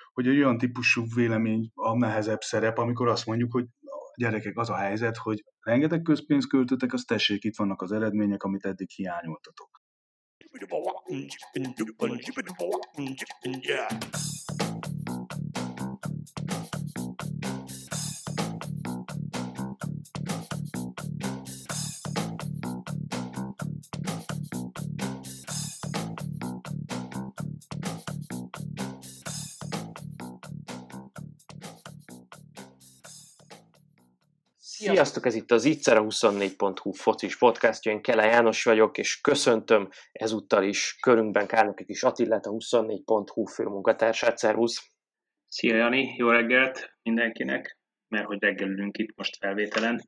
hogy egy olyan típusú vélemény a nehezebb szerep, amikor azt mondjuk, hogy gyerekek, az a helyzet, hogy rengeteg közpénzt költöttek, azt tessék, itt vannak az eredmények, amit eddig hiányoltatok. Sziasztok, ez itt az Ittszer a 24.hu focis podcastja, én Kele János vagyok, és köszöntöm ezúttal is körünkben Kárnoki Kis Attilát, a 24.hu főmunkatársát. Szervusz! Szia Jani, jó reggelt mindenkinek, mert hogy reggel ülünk itt most felvételen.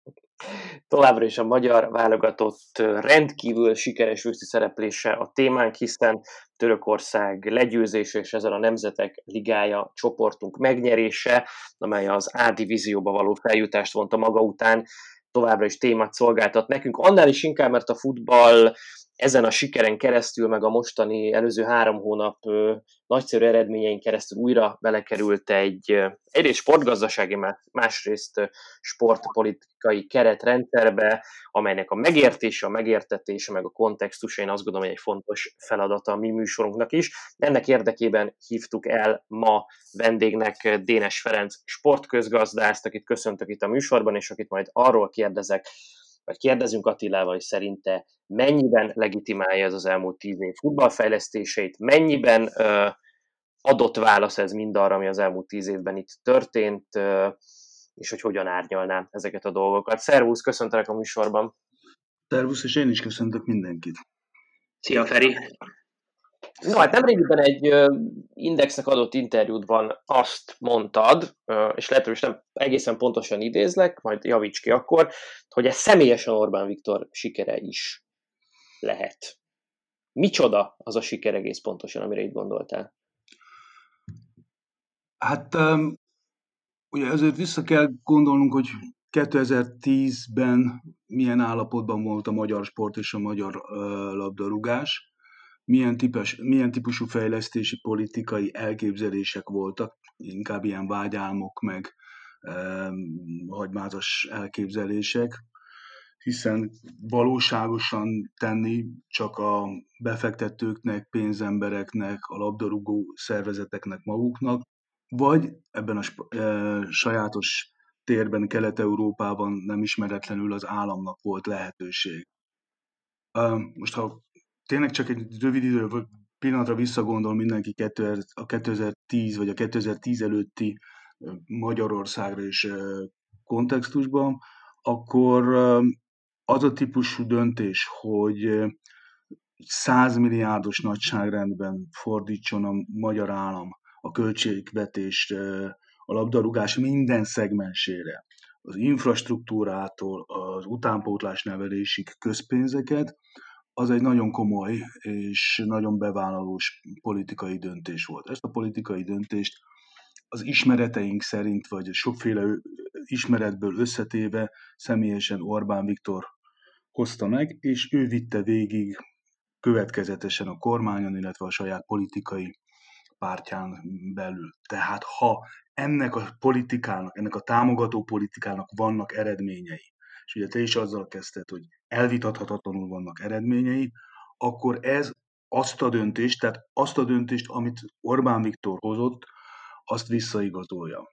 Továbbra is a magyar válogatott rendkívül sikeres őszi szereplése a témánk, hiszen Törökország legyőzése és ezzel a Nemzetek Ligája csoportunk megnyerése, amely az A divízióba való feljutást vonta maga után, továbbra is témát szolgáltat nekünk. Annál is inkább, mert a futball ezen a sikeren keresztül, meg a mostani előző 3 hónap nagyszerű eredményein keresztül újra belekerült egyrészt sportgazdasági, másrészt sportpolitikai keretrendszerbe, amelynek a megértése, a megértetése, meg a kontextusa, én azt gondolom, hogy egy fontos feladata a mi műsorunknak is. Ennek érdekében hívtuk el ma vendégnek Dénes Ferenc sportközgazdászt, akit köszöntök itt a műsorban, és akit majd arról kérdezünk Attilával, hogy szerinte mennyiben legitimálja ez az elmúlt 10 év futballfejlesztéseit, mennyiben adott válasz ez mindarra, ami az elmúlt 10 évben itt történt, és hogy hogyan árnyalná ezeket a dolgokat. Szervusz, köszöntelek a műsorban. Szervusz, és én is köszöntök mindenkit. Szia Feri! No, hát nemrégiben egy Indexnek adott interjúdban azt mondtad, és lehet, hogy nem egészen pontosan idézlek, majd javíts ki akkor, hogy ez személyesen Orbán Viktor sikere is lehet. Micsoda az a siker egész pontosan, amire itt gondoltál? Hát ugye azért vissza kell gondolnunk, hogy 2010-ben milyen állapotban volt a magyar sport és a magyar labdarúgás, milyen típusú fejlesztési politikai elképzelések voltak, inkább ilyen vágyálmok, meg hagymázas elképzelések, hiszen valóságosan tenni csak a befektetőknek, pénzembereknek, a labdarúgó szervezeteknek maguknak, vagy ebben a sajátos térben, Kelet-Európában nem ismeretlenül az államnak volt lehetőség. Most ha tényleg csak egy rövid pillanatra visszagondol mindenki a 2010 vagy a 2010 előtti Magyarországra és kontextusban, akkor az a típusú döntés, hogy 100 milliárdos nagyságrendben fordítson a magyar állam a költségvetést a labdarúgás minden szegmensére, az infrastruktúrától az utánpótlás nevelésig közpénzeket, az egy nagyon komoly és nagyon bevállalós politikai döntés volt. Ezt a politikai döntést az ismereteink szerint, vagy sokféle ismeretből összetéve személyesen Orbán Viktor hozta meg, és ő vitte végig következetesen a kormányon, illetve a saját politikai pártján belül. Tehát ha ennek a politikának, ennek a támogató politikának vannak eredményei, és ugye te is azzal kezdted, hogy elvitathatatlanul vannak eredményei, akkor ez azt a döntést, amit Orbán Viktor hozott, azt visszaigazolja.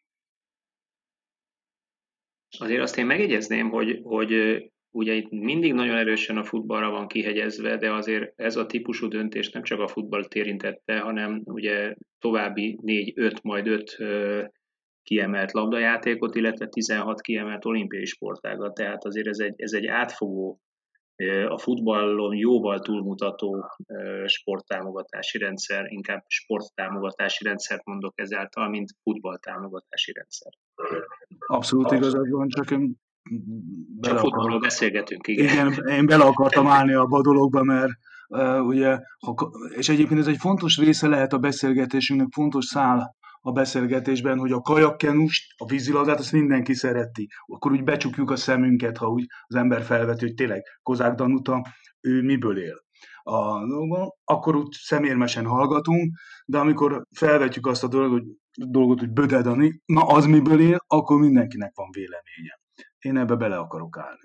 Azért azt én megjegyezném, hogy ugye itt mindig nagyon erősen a futballra van kihegyezve, de azért ez a típusú döntés nem csak a futballt érintette, hanem ugye további 4-5, majd 5 kiemelt labdajátékot, illetve 16 kiemelt olimpiai sportágat. Tehát azért ez egy átfogó, a futballon jóval túlmutató sporttámogatási rendszer, inkább sporttámogatási rendszert mondok ezáltal, mint futballtámogatási rendszer. Abszolút igazad van, csak én csak futballról beszélgetünk, igen. Én bele akartam állni abba a dologba, mert ugye, és egyébként ez egy fontos része lehet a beszélgetésünknek, fontos szál a beszélgetésben, hogy a kajakkenust, a vízilabdát, azt mindenki szereti. Akkor úgy becsukjuk a szemünket, ha úgy az ember felveti, hogy tényleg Kozák Danuta, ő miből él. a dolgon, akkor úgy szemérmesen hallgatunk, de amikor felvetjük azt a dolgot, hogy bödedani, na az miből él, akkor mindenkinek van véleménye. Én ebbe bele akarok állni.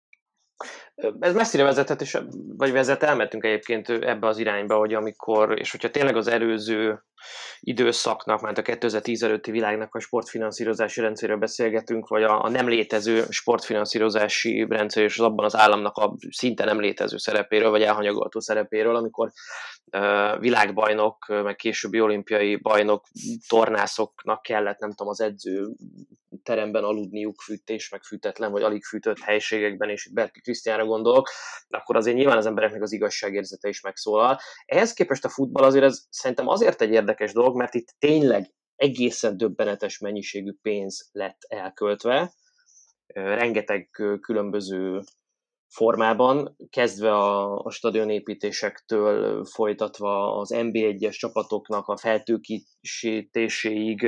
Ez messzire vezethet, vagy elmentünk egyébként ebbe az irányba, hogy amikor, és hogyha tényleg az előző időszaknak, mert a 2010 előtti világnak a sportfinanszírozási rendszeréről beszélgetünk, vagy a nem létező sportfinanszírozási rendszer, és az abban az államnak a szinte nem létező szerepéről, vagy elhanyagolható szerepéről, amikor világbajnok, meg későbbi olimpiai bajnok tornászoknak kellett, nem tudom, az edzőteremben aludniuk fűtés, meg fűtetlen, vagy alig fűtött helységekben, és itt Berki Krisztiánra gondolok, akkor azért nyilván az embereknek az igazságérzete is megszólal. Ehhez képest a futball azért ez szerintem azért egy érdekes dolog, mert itt tényleg egészen döbbenetes mennyiségű pénz lett elköltve, rengeteg különböző formában, kezdve a stadionépítésektől folytatva az NB1-es csapatoknak a feltőkésítéséig,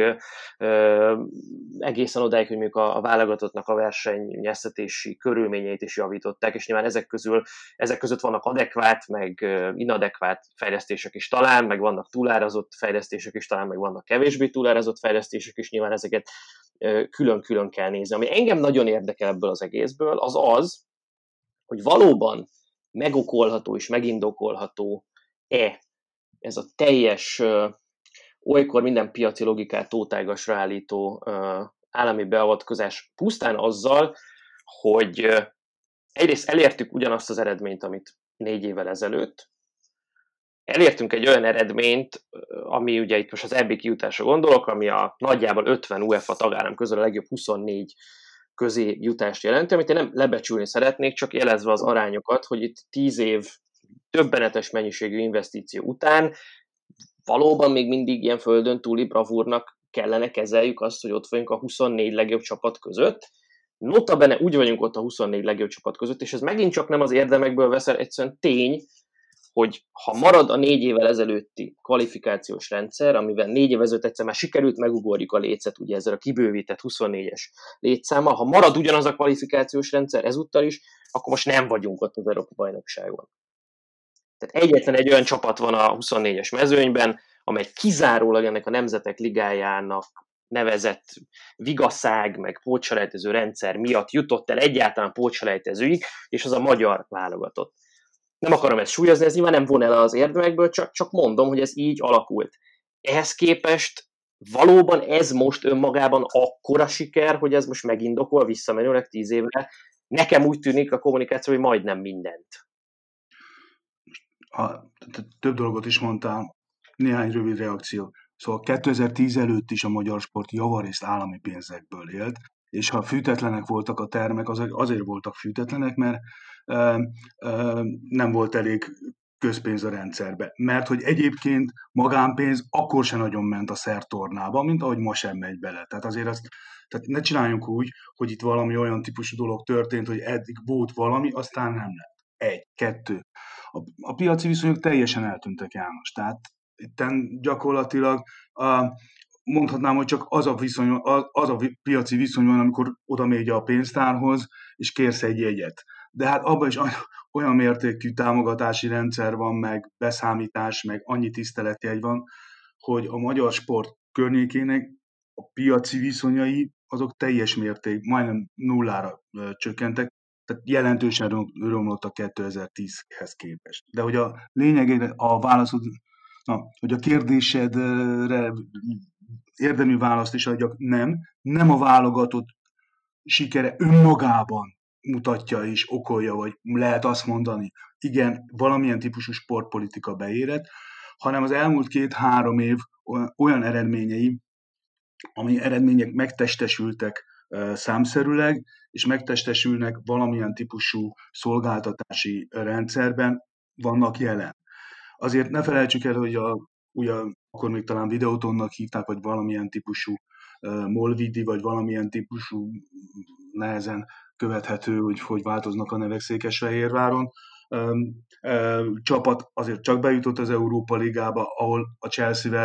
egészen odáig, hogy mondjuk a válogatottnak a versenyeztetési körülményeit is javították, és nyilván ezek között vannak adekvát, meg inadekvát fejlesztések is talán, meg vannak túlárazott fejlesztések is talán, meg vannak kevésbé túlárazott fejlesztések is, nyilván ezeket külön-külön kell nézni. Ami engem nagyon érdekel ebből az egészből, az, hogy valóban megokolható és megindokolható-e ez a teljes, olykor minden piaci logikát tótágasra állító állami beavatkozás pusztán azzal, hogy egyrészt elértük ugyanazt az eredményt, amit 4 évvel ezelőtt, elértünk egy olyan eredményt, ami ugye itt most az EB kijutásra gondolok, ami a nagyjából 50 UEFA tagállam közül a legjobb 24 közé jutást jelenti, amit én nem lebecsülni szeretnék, csak jelezve az arányokat, hogy itt 10 év döbbenetes mennyiségű investíció után valóban még mindig ilyen földön túli bravúrnak kellene kezeljük azt, hogy ott vagyunk a 24 legjobb csapat között. Notabene úgy vagyunk ott a 24 legjobb csapat között, és ez megint csak nem az érdemekből veszel, egyszerűen tény, hogy ha marad a 4 évvel ezelőtti kvalifikációs rendszer, amivel 4 évvel ezelőtt egyszer már sikerült, megugorjuk a lécet, ugye ezzel a kibővített 24-es létszámmal, ha marad ugyanaz a kvalifikációs rendszer ezúttal is, akkor most nem vagyunk ott az Európa-bajnokságon. Tehát egyetlen egy olyan csapat van a 24-es mezőnyben, amely kizárólag ennek a Nemzetek Ligájának nevezett vigaszág, meg pótselejtező rendszer miatt jutott el egyáltalán pótselejtezőig, és az a magyar válogatott. Nem akarom ezt súlyozni, ez nyilván nem von el az érdemekből, csak mondom, hogy ez így alakult. Ehhez képest valóban ez most önmagában akkora siker, hogy ez most megindokol visszamenőleg 10 évre. Nekem úgy tűnik a kommunikáció, hogy majdnem mindent. Több dolgot is mondtál, néhány rövid reakció. Szóval 2010 előtt is a magyar sport javarészt állami pénzekből élt, és ha fűtetlenek voltak a termek, azért voltak fűtetlenek, mert nem volt elég közpénz a rendszerbe. Mert hogy egyébként magánpénz akkor se nagyon ment a szertornába, mint ahogy ma sem megy bele. Tehát ne csináljunk úgy, hogy itt valami olyan típusú dolog történt, hogy eddig volt valami, aztán nem lett. 1, 2. A piaci viszonyok teljesen eltűntek, János. Tehát itten gyakorlatilag mondhatnám, hogy csak az a piaci viszony van, amikor oda megy a pénztárhoz, és kérsz egy jegyet. De hát abban is olyan mértékű támogatási rendszer van, meg beszámítás, meg annyi tiszteletjegy van, hogy a magyar sport környékének a piaci viszonyai azok teljes mérték, majdnem nullára csökkentek, tehát jelentősen romlottak 2010-hez képest. De hogy a lényegére a válaszod, hogy a kérdésedre érdemű választ is adjak, nem a válogatott sikere önmagában mutatja és okolja, vagy lehet azt mondani, igen, valamilyen típusú sportpolitika beérett, hanem az elmúlt 2-3 év olyan eredményei, ami eredmények megtestesültek számszerűleg, és megtestesülnek valamilyen típusú szolgáltatási rendszerben, vannak jelen. Azért ne felejtsük el, hogy ugye akkor még talán Videótonnak hívták, vagy valamilyen típusú Molvidi, vagy valamilyen típusú nehezen követhető, hogy változnak a nevek Székesfehérváron. Csapat azért csak bejutott az Európa Ligába, ahol a Chelsea-vel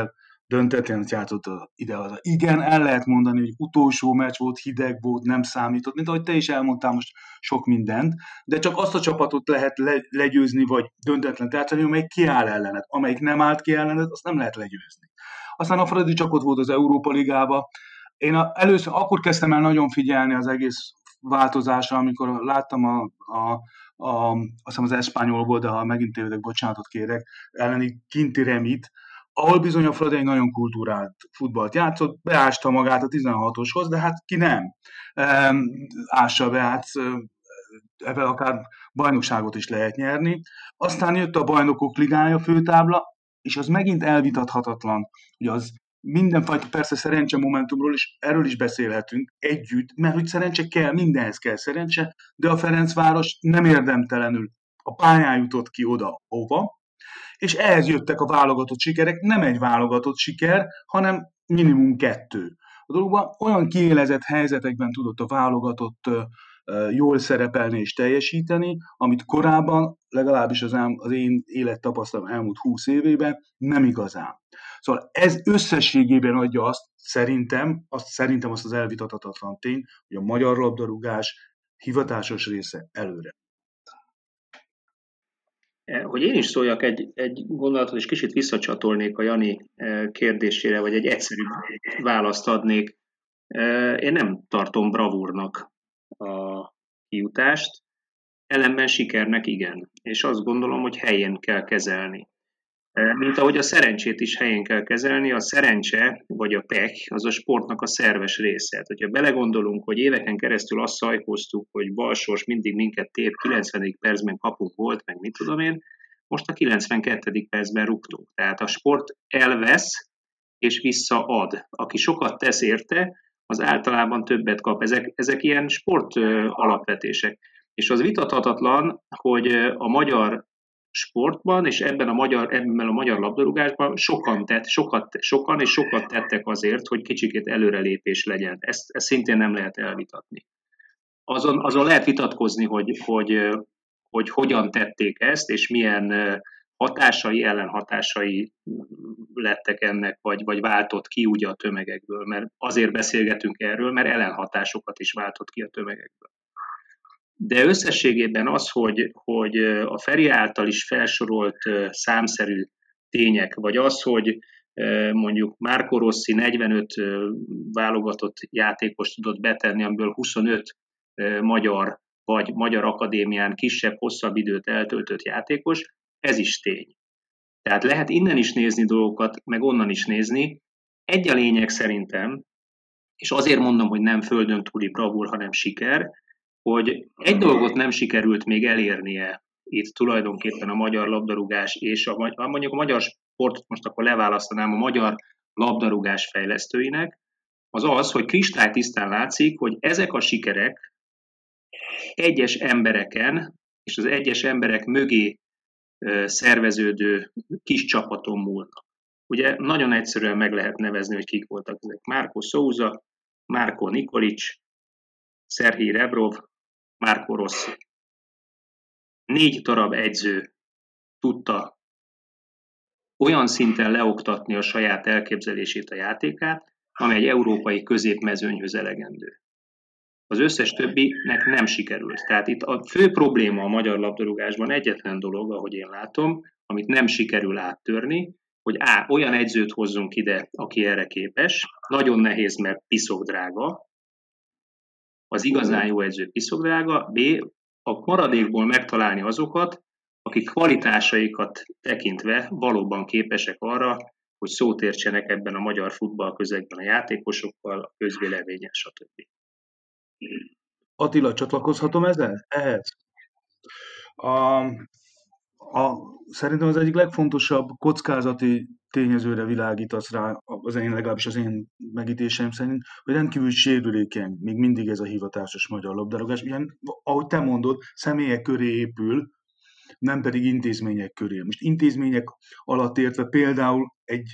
döntetlenet játszott ide-haza. Igen, el lehet mondani, hogy utolsó meccs volt, hideg volt, nem számított, mint ahogy te is elmondtál most sok mindent, de csak azt a csapatot lehet legyőzni, vagy döntetlen játszani, amelyik kiáll ellened. Amelyik nem állt ki ellened, azt nem lehet legyőzni. Aztán a Fradi csak ott volt az Európa Ligába. Én először akkor kezdtem el nagyon figyelni az egész változásra, amikor láttam azt hiszem az Espanyol volt, de ha megint tévedek, bocsánatot kérek, elleni kinti remit, ahol bizony a Fradi egy nagyon kultúrált futballt játszott, beásta magát a 16-oshoz, de hát ki nem ássa be, hát ebben akár bajnokságot is lehet nyerni. Aztán jött a Bajnokok Ligája főtábla, és az megint elvitathatatlan, hogy az mindenfajta persze szerencse momentumról is, erről is beszélhetünk együtt, mert hogy szerencse kell, mindenhez kell szerencse, de a Ferencváros nem érdemtelenül a pályán jutott ki oda, hova, és ehhez jöttek a válogatott sikerek, nem egy válogatott siker, hanem minimum 2. A dologban olyan kiélezett helyzetekben tudott a válogatott jól szerepelni és teljesíteni, amit korábban, legalábbis az én élettapasztalatom elmúlt 20 évében nem igazán. Szóval ez összességében adja szerintem azt az elvitathatatlan tény, hogy a magyar labdarúgás hivatásos része előre. Hogy én is szóljak egy gondolatot, és kicsit visszacsatolnék a Jani kérdésére, vagy egy egyszerű választ adnék. Én nem tartom bravúrnak a kijutást, ellenben sikernek igen. És azt gondolom, hogy helyén kell kezelni. Mint ahogy a szerencsét is helyén kell kezelni, a szerencse vagy a pech az a sportnak a szerves része. Hogyha belegondolunk, hogy éveken keresztül azt szajkoztuk, hogy balsors mindig minket tép, 90. percben kapunk volt, meg mit tudom én, most a 92. percben rúgtunk. Tehát a sport elvesz és visszaad. Aki sokat tesz érte, az általában többet kap. Ezek ilyen sport alapvetések. És az vitathatatlan, hogy a magyar sportban, és ebben a magyar labdarúgásban sokat tettek azért, hogy kicsikét előrelépés legyen. Ezt szintén nem lehet elvitatni. Azon lehet vitatkozni, hogy hogyan tették ezt, és milyen ellenhatásai lettek ennek, vagy váltott ki ugye a tömegekből. Mert azért beszélgetünk erről, mert ellenhatásokat is váltott ki a tömegekből. De összességében az, hogy a Feri által is felsorolt számszerű tények, vagy az, hogy mondjuk Marco Rossi 45 válogatott játékos tudott betenni, amiből 25 magyar, vagy Magyar Akadémián kisebb-hosszabb időt eltöltött játékos, ez is tény. Tehát lehet innen is nézni dolgokat, meg onnan is nézni. Egy a lényeg szerintem, és azért mondom, hogy nem földön túli bravúr, hanem siker, hogy egy dolgot nem sikerült még elérnie itt tulajdonképpen a magyar labdarúgás és mondjuk a magyar sportot most akkor leválasztanám a magyar labdarúgás fejlesztőinek, az, hogy kristálytisztán látszik, hogy ezek a sikerek egyes embereken és az egyes emberek mögé szerveződő kis csapaton múlnak. Ugye nagyon egyszerűen meg lehet nevezni, hogy kik voltak ezek. Marco Souza, Marko Nikolic, Serhij Rebrov, Marco Rossi. 4 darab edző tudta olyan szinten leoktatni a saját elképzelését, a játékát, amely egy európai középmezőnyhöz elegendő. Az összes többinek nem sikerült. Tehát itt a fő probléma a magyar labdarúgásban egyetlen dolog, ahogy én látom, amit nem sikerül áttörni, hogy olyan edzőt hozzunk ide, aki erre képes. Nagyon nehéz, mert piszok drága. Az igazán jó edző piszok drága. B. A maradékból megtalálni azokat, akik kvalitásaikat tekintve valóban képesek arra, hogy szót értsenek ebben a magyar futball közegben a játékosokkal, a közvéleményen, stb. Attila, csatlakozhatom ehhez? Szerintem az egyik legfontosabb kockázati tényezőre világítasz rá, legalábbis az én megítéseim szerint, hogy rendkívül sérülékeny még mindig ez a hivatásos magyar labdarúgás. Ugyan, ahogy te mondod, személyek köré épül, nem pedig intézmények köré. Most intézmények alatt értve például egy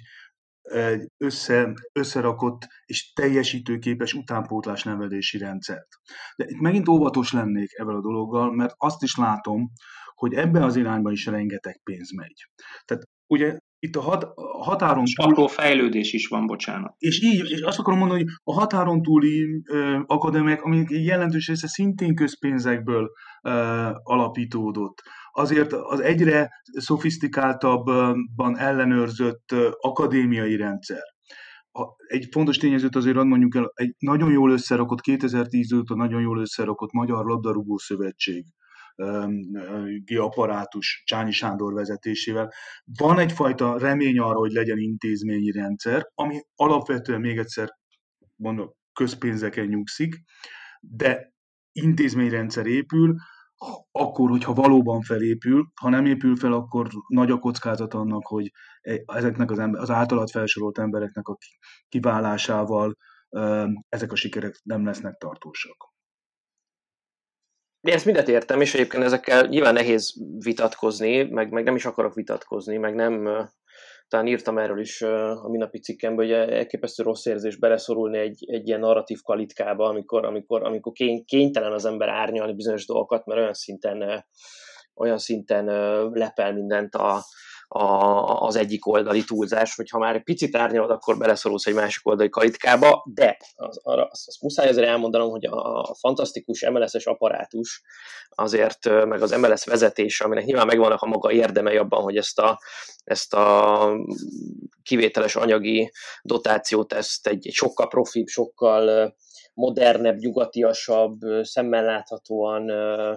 összerakott és teljesítőképes utánpótlás nevelési rendszert. De itt megint óvatos lennék ebben a dologgal, mert azt is látom, hogy ebben az irányban is rengeteg pénz megy. Tehát ugye itt a határon és túl... apró fejlődés is van, bocsánat. És azt akarom mondani, hogy a határon túli akadémiák, amik jelentős része szintén közpénzekből alapítódott. Azért az egyre szofisztikáltabban ellenőrzött akadémiai rendszer. Egy fontos tényezőt azért mondjuk el, egy nagyon jól összerakott, 2010 óta nagyon jól összerakott Magyar Labdarúgó Szövetség apparátus Csányi Sándor vezetésével. Van egyfajta remény arra, hogy legyen intézményi rendszer, ami alapvetően még egyszer mondom, közpénzeken nyugszik, de intézményrendszer épül, akkor, hogyha valóban felépül, ha nem épül fel, akkor nagy a kockázat annak, hogy ezeknek az általad felsorolt embereknek a kiválásával ezek a sikerek nem lesznek tartósak. Én ezt mindet értem, és egyébként ezekkel nyilván nehéz vitatkozni, meg nem is akarok vitatkozni, meg nem, talán írtam erről is a minapi cikkemben, hogy elképesztő rossz érzés beleszorulni egy ilyen narratív kalitkába, amikor kénytelen az ember árnyalni bizonyos dolgokat, mert olyan szinten lepel mindent az egyik oldali túlzás, hogy ha már egy picit árnyalod, akkor beleszorulsz egy másik oldali kalitkába, de azt muszáj azért elmondanom, hogy a fantasztikus MLS-es apparátus azért, meg az MLS vezetése, aminek nyilván megvannak a maga érdemei abban, hogy ezt a kivételes anyagi dotációt, ezt egy sokkal profibb, sokkal modernebb, nyugatiasabb, szemmel láthatóan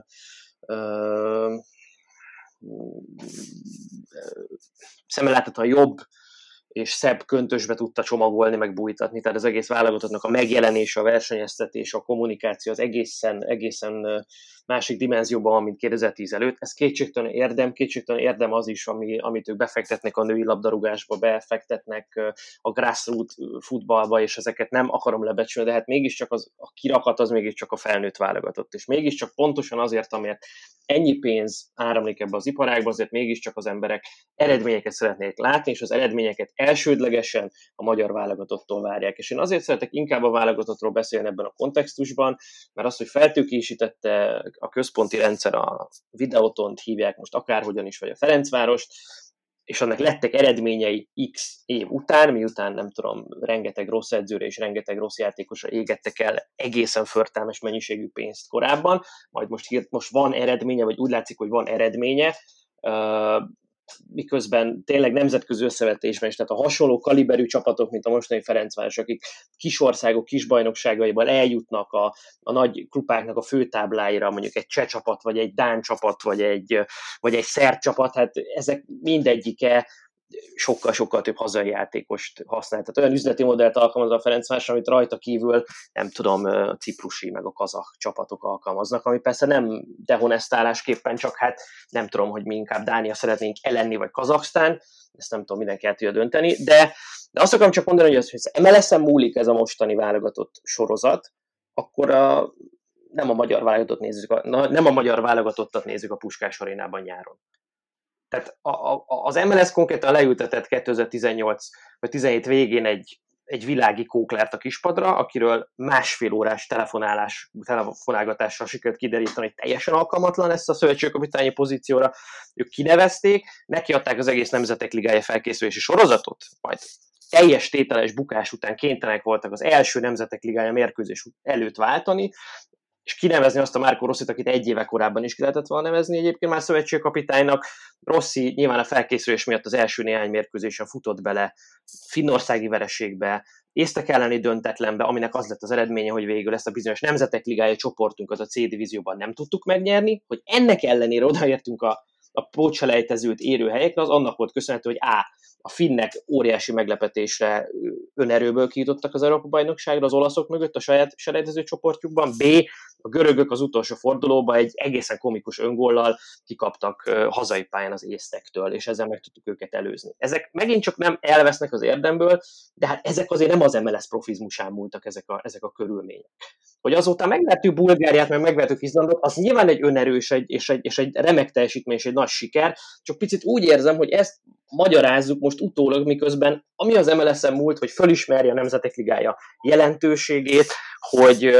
szemmeláthatóan jobb és szebb köntösbe tudta csomagolni, meg bújtatni, tehát az egész válogatottnak a megjelenése, a versenyeztetés, a kommunikáció az egészen másik dimenzióban van, mint 2010 előtt. Ez kétségtelen érdem az is, amit ők befektetnek a női labdarúgásba, befektetnek a grassroot futballba, és ezeket nem akarom lebecsülni, de hát mégiscsak a kirakat az mégiscsak a felnőtt válogatott, és mégiscsak pontosan azért, amért ennyi pénz áramlik ebbe az iparágba, azért mégiscsak az emberek eredményeket szeretnék látni, és az eredményeket elsődlegesen a magyar válogatottól várják. És én azért szeretek inkább a válogatottról beszélni ebben a kontextusban, mert az, hogy feltőkésítette a központi rendszer, a Videótont hívják most akárhogyan is, vagy a Ferencvárost, és annak lettek eredményei X év után, miután nem tudom, rengeteg rossz edzőre és rengeteg rossz játékosra égettek el egészen förtelmes mennyiségű pénzt korábban, majd most van eredménye, vagy úgy látszik, hogy van eredménye, miközben tényleg nemzetközi összevetésben is, tehát a hasonló kaliberű csapatok, mint a mostani Ferencváros, akik kisországok, kisbajnokságaiban eljutnak a nagy klubáknak a főtábláira, mondjuk egy cseh csapat, vagy egy dán csapat, vagy egy szerb csapat, hát ezek mindegyike sokkal több hazai játékost használ. Tehát olyan üzleti modellt alkalmaz a Ferencváros, amit rajta kívül, nem tudom, a ciprusi meg a kazah csapatok alkalmaznak, ami persze nem dehonestálásképpen, csak hát nem tudom, hogy mi inkább Dánia szeretnénk elenni, vagy Kazaksztán, ezt nem tudom, mindenki el tudja dönteni, de azt akarom csak mondani, hogy az MLS-en múlik ez a mostani válogatott sorozat, akkor nem a magyar válogatottat nézzük a Puskás arénában nyáron. Tehát az MLS konkrétan leültetett 2018 vagy 17 végén egy világi kóklert a kispadra, akiről másfél órás telefonálgatással sikerült kideríteni, hogy teljesen alkalmatlan lesz a szövetségkapitányi pozícióra. Ők kinevezték, nekiadták az egész Nemzetek Ligája felkészülési sorozatot, majd teljes tételes bukás után kénytelenek voltak az első Nemzetek Ligája mérkőzés előtt váltani, és kinevezni azt a Marco Rossit, akit egy éve korábban is ki lehetett volna nevezni egyébként már szövetségkapitánynak. Rossi nyilván a felkészülés miatt az első néhány mérkőzésen futott bele finnországi vereségbe, észtek elleni döntetlenbe, aminek az lett az eredménye, hogy végül ezt a bizonyos Nemzetek Ligája csoportunkat a C divízióban nem tudtuk megnyerni, hogy ennek ellenére odaértünk a pótselejtezőt érő helyekre, az annak volt köszönhető, hogy a finnek óriási meglepetésre önerőből kijutottak az Európa-bajnokságra az olaszok mögött a saját selejtező csoportjukban, B. a görögök az utolsó fordulóban egy egészen komikus öngollal kikaptak hazai pályán az észtektől, és ezzel meg tudtuk őket előzni. Ezek megint csak nem elvesznek az érdemből, de hát ezek azért nem az MLS profizmusán múltak ezek a körülmények. Hogy azóta megvertük Bulgáriát, meg megvertük Izlandot, az nyilván egy önerős és egy remek teljesítmény és egy nagy siker, csak picit úgy érzem, hogy ezt magyarázzuk most utólag, miközben ami az MLS-en múlt, hogy fölismerje a Nemzetek Ligája jelentőségét, hogy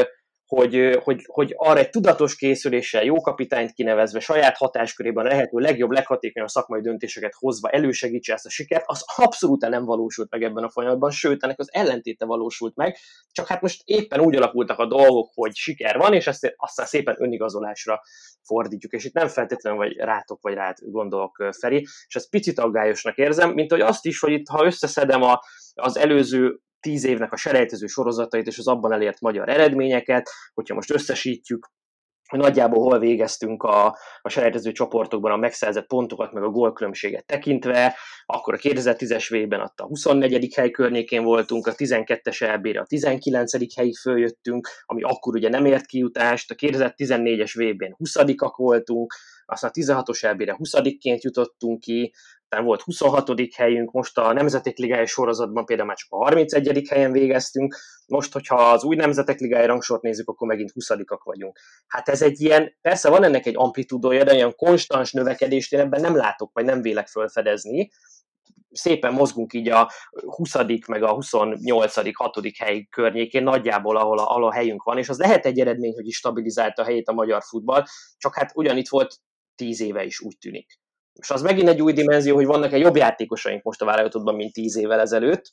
hogy arra egy tudatos készüléssel, jó kapitányt kinevezve, saját hatáskörében a lehető legjobb, leghatékonyabb szakmai döntéseket hozva elősegítse ezt a sikert, az abszolút nem valósult meg ebben a folyamatban, sőt, ennek az ellentéte valósult meg, csak hát most éppen úgy alakultak a dolgok, hogy siker van, és ezt aztán szépen önigazolásra fordítjuk, és itt nem feltétlenül vagy rátok, vagy rád gondolok, Feri, és ezt picit aggályosnak érzem, mint hogy azt is, hogy itt, ha összeszedem az előző 10 évnek a selejtező sorozatait és az abban elért magyar eredményeket, hogyha most összesítjük, hogy nagyjából hol végeztünk a selejtező csoportokban a megszerzett pontokat, meg a gólkülönbséget tekintve, akkor a 2010-es V-ben a 24. hely környékén voltunk, a 12-es EB-re a 19. helyig följöttünk, ami akkor ugye nem ért kijutást, a 2014-es V-ben 20-ak voltunk, aztán a 16-os EB-re 20-ként jutottunk ki, aztán volt 26. helyünk, most a Nemzetek Ligája sorozatban például már csak a 31. helyen végeztünk, most, hogyha az új Nemzetek Ligája rangsort nézzük, akkor megint 20-ak vagyunk. Hát ez egy ilyen, persze van ennek egy amplitúdója, de olyan konstans növekedést én ebben nem látok, vagy nem vélek felfedezni. Szépen mozgunk így a 20. meg a 28. 6. hely környékén, nagyjából ahol a helyünk van, és az lehet egy eredmény, hogy is stabilizálta a helyét a magyar futball, csak hát ugyanitt volt 10 éve is, úgy tűnik. És az megint egy új dimenzió, hogy vannak-e jobb játékosaink most a válogatottban, mint 10 évvel ezelőtt.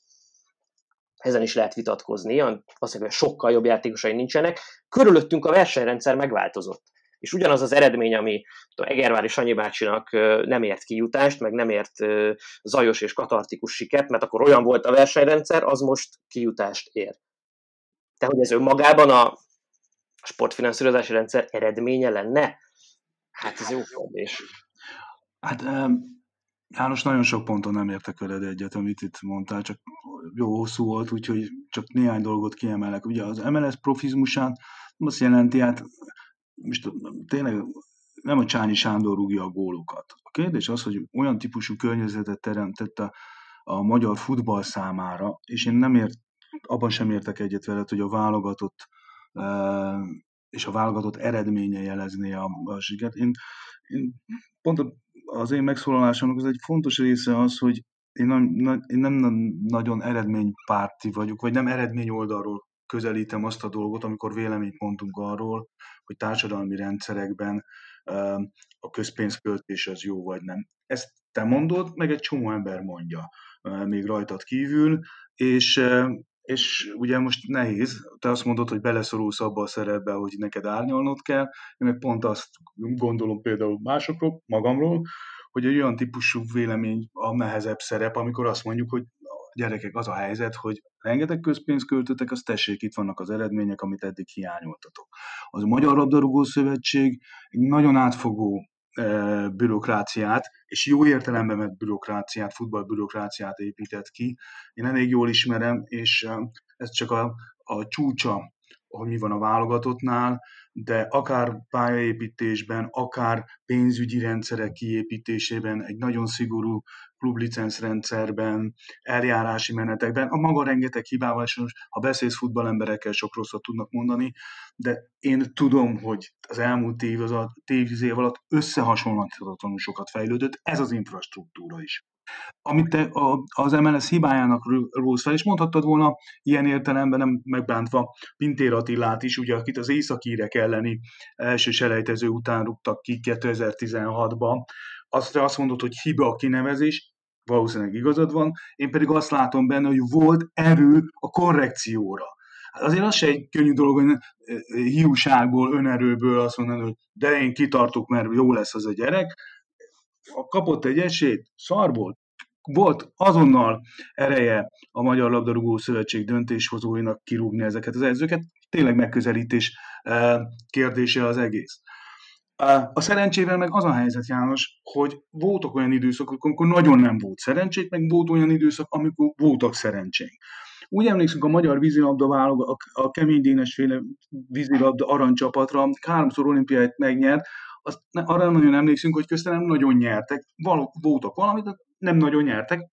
Ezen is lehet vitatkozni, valószínűleg sokkal jobb játékosaink nincsenek. Körülöttünk a versenyrendszer megváltozott. És ugyanaz az eredmény, ami Egervári Sanyi bácsinak nem ért kijutást, meg nem ért zajos és katartikus sikert, mert akkor olyan volt a versenyrendszer, az most kijutást ér. De hogy ez önmagában a sportfinanszírozási rendszer eredménye lenne? Hát ez jó kérdés. Hát János, nagyon sok ponton nem értek veled egyet, amit itt mondtál, csak jó hosszú volt, úgyhogy csak néhány dolgot kiemelek. Ugye az MLS profizmusán azt jelenti, hát most tényleg nem a Csányi Sándor rúgja a gólokat. A kérdés az, hogy olyan típusú környezetet teremtett a magyar futball számára, és én abban sem értek egyet veled, hogy a válogatott és a válogatott eredménye jelezné a sikert. Én pont az én megszólalásomnak az egy fontos része az, hogy én nem nagyon eredménypárti vagyok, vagy nem eredmény oldalról közelítem azt a dolgot, amikor véleményt mondunk arról, hogy társadalmi rendszerekben a közpénzköltés az jó vagy nem. Ezt te mondod, meg egy csomó ember mondja még rajtad kívül, és ugye most nehéz, te azt mondod, hogy beleszorulsz abba a szerepbe, hogy neked árnyalnod kell, én meg pont azt gondolom például másokról, magamról, hogy egy olyan típusú vélemény a nehezebb szerep, amikor azt mondjuk, hogy gyerekek, az a helyzet, hogy rengeteg közpénzt költöttek, azt tessék, itt vannak az eredmények, amit eddig hiányoltatok. Az a Magyar Labdarúgó Szövetség egy nagyon átfogó bürokráciát, és jó értelemben vett bürokráciát, futballbürokráciát épített ki. Én elég jól ismerem, és ez csak a csúcsa, hogy mi van a válogatottnál, de akár pályaépítésben, akár pénzügyi rendszerek kiépítésében, egy nagyon szigorú klublicencrendszerben, eljárási menetekben, a maga rengeteg hibával, és most, ha beszélsz futballemberekkel, sok rosszat tudnak mondani, de én tudom, hogy az elmúlt 10 év alatt összehasonlíthatatlanul sokat fejlődött, ez az infrastruktúra is. Amit te az MLS hibájának rólsz fel, és mondhattad volna ilyen értelemben, nem megbántva Pintér Attilát is, ugye, akit az északírek elleni első selejtező után rúgtak ki 2016-ban. Azt mondod, hogy hiba a kinevezés, valószínűleg igazad van, én pedig azt látom benne, hogy volt erő a korrekcióra. Azért az se egy könnyű dolog, hogy hiúságból, önerőből azt mondani, hogy de én kitartok, mert jó lesz az a gyerek. Kapott egy esélyt, szarból. Volt azonnal ereje a Magyar Labdarúgó Szövetség döntéshozóinak kirúgni ezeket az edzőket. Tényleg megközelítés kérdése az egész. A szerencsével meg az a helyzet, János, hogy voltak olyan időszakok, amikor nagyon nem volt szerencsék, meg volt olyan időszak, amikor voltak szerencsénk. Úgy emlékszünk a magyar vízilabda a Kemény Dénes féle vízilabda aranycsapatra, 3-szor olimpiát megnyert, arra nagyon emlékszünk, hogy közben nem nagyon nyertek. Voltak valamit, nem nagyon nyertek.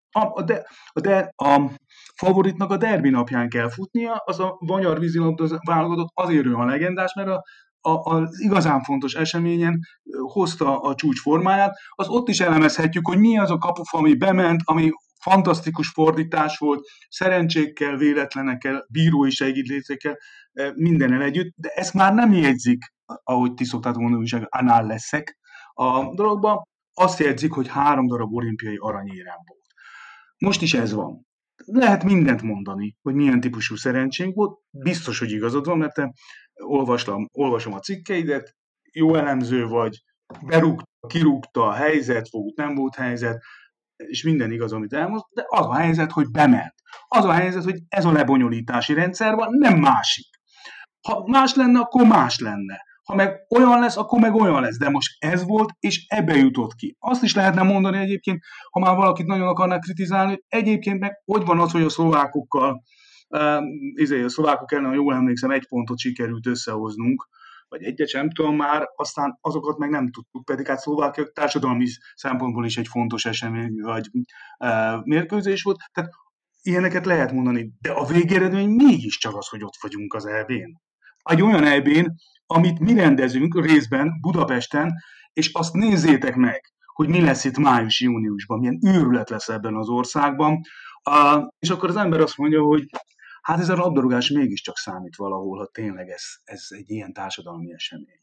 De a favoritnak a derbi napján kell futnia, az a magyar vízilabda válogatott azért ő a legendás, mert az igazán fontos eseményen hozta a csúcs formáját, az ott is elemezhetjük, hogy mi az a kapufa, ami bement, ami fantasztikus fordítás volt, szerencsékkel, véletlenekkel, bírói segítségekkel, mindennel együtt, de ezt már nem jegyzik, ahogy ti szoktátok mondani, hogy anál leszek a dologban, azt jegyzik, hogy 3 darab olimpiai aranyérem volt. Most is ez van. Lehet mindent mondani, hogy milyen típusú szerencsénk volt, biztos, hogy igazad van, mert te olvasom a cikkeidet, jó elemző vagy, berúgta, kirúgta, helyzet volt, nem volt helyzet, és minden igaz, amit elmond, de az a helyzet, hogy bement. Az a helyzet, hogy ez a lebonyolítási rendszer van, nem másik. Ha más lenne, akkor más lenne. Ha meg olyan lesz, akkor meg olyan lesz. De most ez volt, és ebbe jutott ki. Azt is lehetne mondani egyébként, ha már valakit nagyon akarnak kritizálni, hogy egyébként meg hogy van az, hogy a szlovákokkal, a szlovákok ellen, ha jól emlékszem, 1 pontot sikerült összehoznunk, vagy egyet sem tudom már, aztán azokat meg nem tudtuk, pedig hát Szlovákia társadalmi szempontból is egy fontos esemény, vagy mérkőzés volt. Tehát ilyeneket lehet mondani, de a végeredmény mégiscsak az, hogy ott vagyunk az EB-n. Egy olyan EB-n, amit mi rendezünk részben Budapesten, és azt nézzétek meg, hogy mi lesz itt május-júniusban, milyen őrület lesz ebben az országban, és akkor az ember azt mondja, hogy hát ez a labdarúgás mégiscsak számít valahol, ha tényleg ez egy ilyen társadalmi esemény.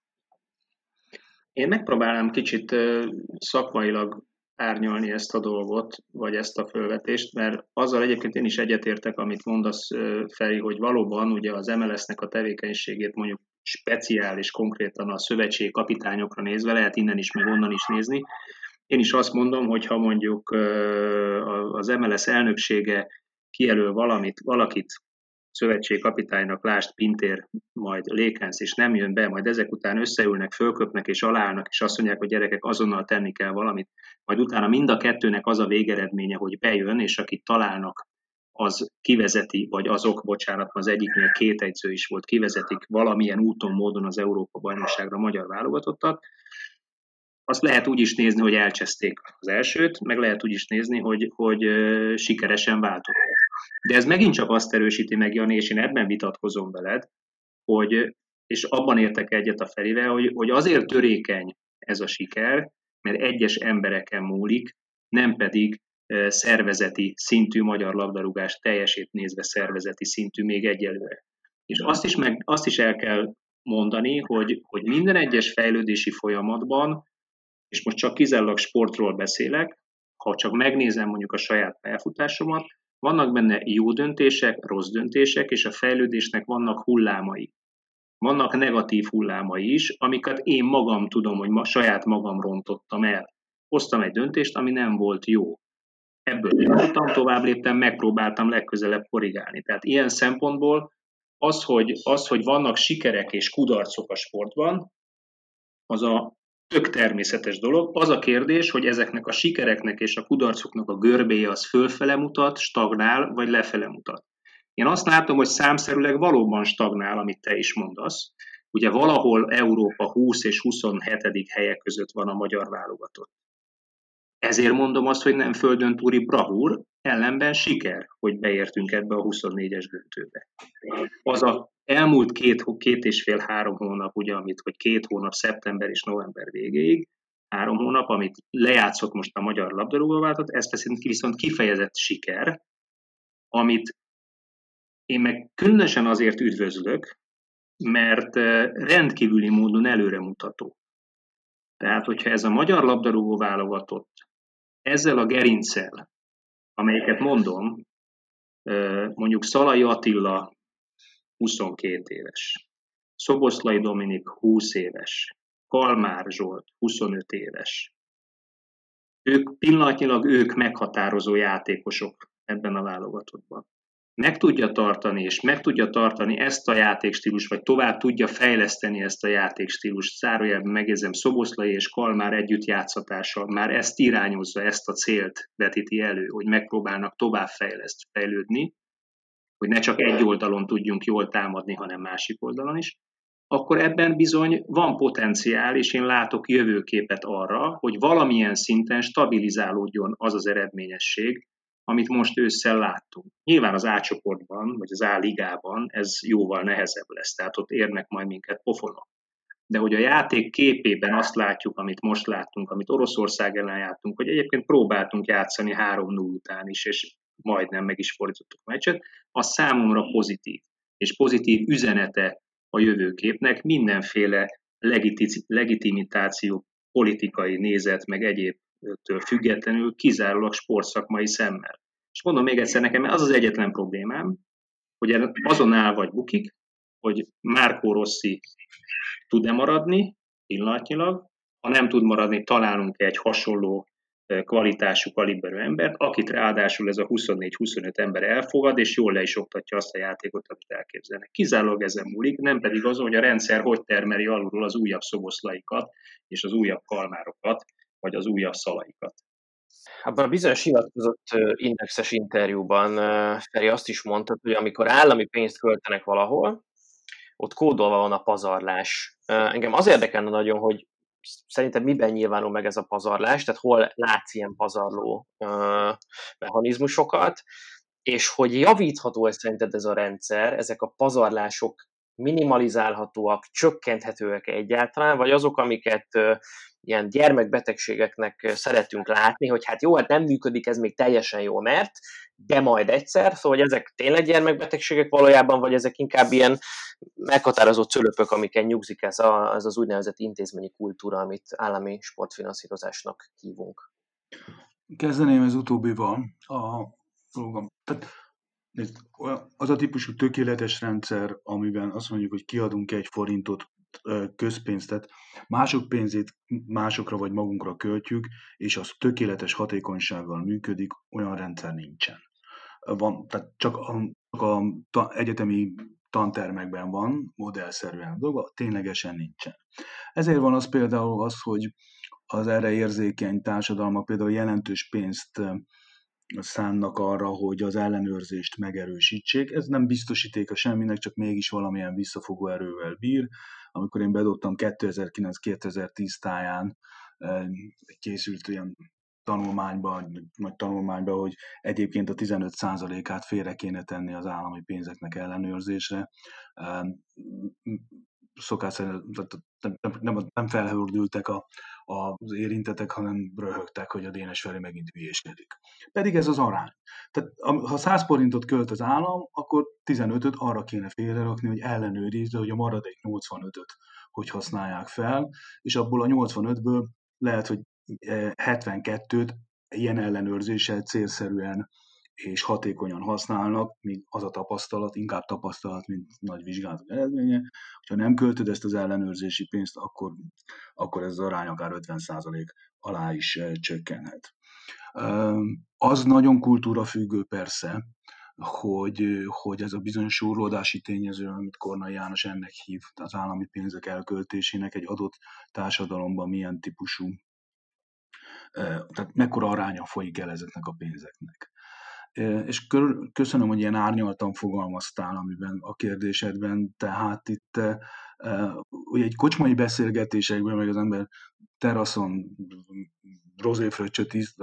Én megpróbálnám kicsit szakmailag árnyalni ezt a dolgot, vagy ezt a felvetést, mert azzal egyébként én is egyetértek, amit mondasz, Feri, hogy valóban ugye az MLS-nek a tevékenységét mondjuk speciális, konkrétan a szövetségi kapitányokra nézve, lehet innen is, meg onnan is nézni. Én is azt mondom, hogy ha mondjuk az MLS elnöksége kijelöl valakit szövetségkapitánynak, lásd Pintér, majd Lékensz, és nem jön be, majd ezek után összeülnek, fölköpnek és alállnak, és azt mondják, hogy gyerekek, azonnal tenni kell valamit, majd utána mind a kettőnek az a végeredménye, hogy bejön, és akit találnak, az kivezeti, vagy azok, bocsánat, az egyiknél 2 edző is volt, kivezetik valamilyen úton, módon az Európa-bajnokságra magyar válogatottat. Azt lehet úgy is nézni, hogy elcseszték az elsőt, meg lehet úgy is nézni, hogy sikeresen váltottak. De ez megint csak azt erősíti meg, Jani, és én ebben vitatkozom veled, és abban értek egyet a Ferivel, hogy azért törékeny ez a siker, mert egyes embereken múlik, nem pedig szervezeti szintű magyar labdarúgás teljesét nézve szervezeti szintű még egyelőre. És azt is el kell mondani, hogy minden egyes fejlődési folyamatban, és most csak kizárólag sportról beszélek, ha csak megnézem mondjuk a saját pályafutásomat, vannak benne jó döntések, rossz döntések, és a fejlődésnek vannak hullámai. Vannak negatív hullámai is, amiket én magam tudom, hogy saját magam rontottam el. Hoztam egy döntést, ami nem volt jó. Ebből tanultam, tovább léptem, megpróbáltam legközelebb korrigálni. Tehát ilyen szempontból az, hogy vannak sikerek és kudarcok a sportban, az a tök természetes dolog. Az a kérdés, hogy ezeknek a sikereknek és a kudarcoknak a görbéje az fölfele mutat, stagnál, vagy lefele mutat. Én azt látom, hogy számszerűleg valóban stagnál, amit te is mondasz. Ugye valahol Európa 20 és 27. helye között van a magyar válogatott. Ezért mondom azt, hogy nem földön túli bravúr, ellenben siker, hogy beértünk ebbe a 24-es döntőbe. Az a elmúlt 2,5-3 hónap, ugye, vagy 2 hónap, szeptember és november végéig, 3 hónap, amit lejátszott most a magyar labdarúgóválogatott, ez viszont kifejezett siker, amit én meg különösen azért üdvözlök, mert rendkívüli módon előremutató. Tehát, hogyha ez a magyar labdarúgóválogatott ezzel a gerinccel, amelyiket mondom, mondjuk Szalai Attila 22 éves, Szoboszlai Dominik 20 éves, Kalmár Zsolt 25 éves. Pillanatnyilag meghatározó játékosok ebben a válogatottban. Meg tudja tartani ezt a játékstílust, vagy tovább tudja fejleszteni ezt a játékstílust, zárójelben megjegyzem, Szoboszlai és Kalmár együttjátszhatása már ezt irányozza, ezt a célt vetíti elő, hogy megpróbálnak tovább fejlődni, hogy ne csak egy oldalon tudjunk jól támadni, hanem másik oldalon is, akkor ebben bizony van potenciál, és én látok jövőképet arra, hogy valamilyen szinten stabilizálódjon az az eredményesség, amit most ősszel láttunk. Nyilván az A csoportban, vagy az A ligában ez jóval nehezebb lesz, tehát ott érnek majd minket pofonok. de hogy a játék képében azt látjuk, amit most láttunk, amit Oroszország ellen játszunk, hogy egyébként próbáltunk játszani 3-0 után is, és majdnem meg is fordítottuk a meccset, az számomra pozitív, és pozitív üzenete a jövőképnek, mindenféle legitimitáció, politikai nézet, meg egyébtől függetlenül kizárólag sportszakmai szemmel. És mondom még egyszer, nekem az az egyetlen problémám, hogy azon áll vagy bukik, hogy Marco Rossi tud-e maradni pillanatnyilag, ha nem tud maradni, találunk egy hasonló kvalitású, kaliberű embert, akit ráadásul ez a 24-25 ember elfogad, és jól le is oktatja azt a játékot, amit elképzelnek. Kizárólag ezen múlik, nem pedig azon, hogy a rendszer hogy termeli alulról az újabb szoboszlaikat, és az újabb kalmárokat, vagy az újabb szalaikat. Abban a bizonyos hivatkozott indexes interjúban Feri azt is mondta, hogy amikor állami pénzt költenek valahol, ott kódolva van a pazarlás. Engem az érdekelne nagyon, hogy szerintem miben nyilvánul meg ez a pazarlás, tehát hol látsz ilyen pazarló mechanizmusokat, és hogy javítható szerinted ez a rendszer, ezek a pazarlások minimalizálhatóak, csökkenthetőek egyáltalán, vagy azok, amiket ilyen gyermekbetegségeknek szeretünk látni, hogy hát jó, hát nem működik ez még teljesen jól, mert de majd egyszer, szóval hogy ezek tényleg gyermekbetegségek valójában, vagy ezek inkább ilyen meghatározott cölöpök, amiken nyugszik ez az úgynevezett intézményi kultúra, amit állami sportfinanszírozásnak hívunk. Kezdeném ez utóbbival a dolgom. Tehát az a típusú tökéletes rendszer, amiben azt mondjuk, hogy kiadunk 1 forintot közpénzt, tehát mások pénzét másokra vagy magunkra költjük, és az tökéletes hatékonysággal működik, olyan rendszer nincsen. Van, tehát csak a egyetemi tantermekben van modellszerűen dolga, ténylegesen nincsen. Ezért van az például az, hogy az erre érzékeny társadalmak például jelentős pénzt szánnak arra, hogy az ellenőrzést megerősítsék. Ez nem biztosítéka semminek, csak mégis valamilyen visszafogó erővel bír. Amikor én bedobtam 2009-2010 táján készült olyan nagy tanulmányba, hogy egyébként a 15%-át félre kéne tenni az állami pénzeknek ellenőrzésre. Szokás szerint nem felhördültek az érintettek, hanem röhögtek, hogy a Dénes Feri megint hülyéskedik. Pedig ez az arány. Tehát ha 100 forintot költ az állam, akkor 15-öt arra kéne félrerakni, hogy ellenőrizze, hogy a maradék 85-öt hogy használják fel, és abból a 85-ből lehet, hogy 72-t ilyen ellenőrzéssel célszerűen és hatékonyan használnak, míg az a tapasztalat, inkább tapasztalat, mint nagy vizsgálatok eredménye. Ha nem költöd ezt az ellenőrzési pénzt, akkor ez az arány akár 50% alá is csökkenhet. Az nagyon kultúrafüggő persze, hogy ez a bizonyos súrlódási tényező, amit Kornai János ennek hív, az állami pénzek elköltésének egy adott társadalomban milyen típusú, tehát mekkora aránya folyik el ezeknek a pénzeknek. És köszönöm, hogy ilyen árnyaltan fogalmaztál, amiben a kérdésedben, tehát itt ugye egy kocsmai beszélgetésekben, meg az ember teraszon rozéfröccsöt iszt,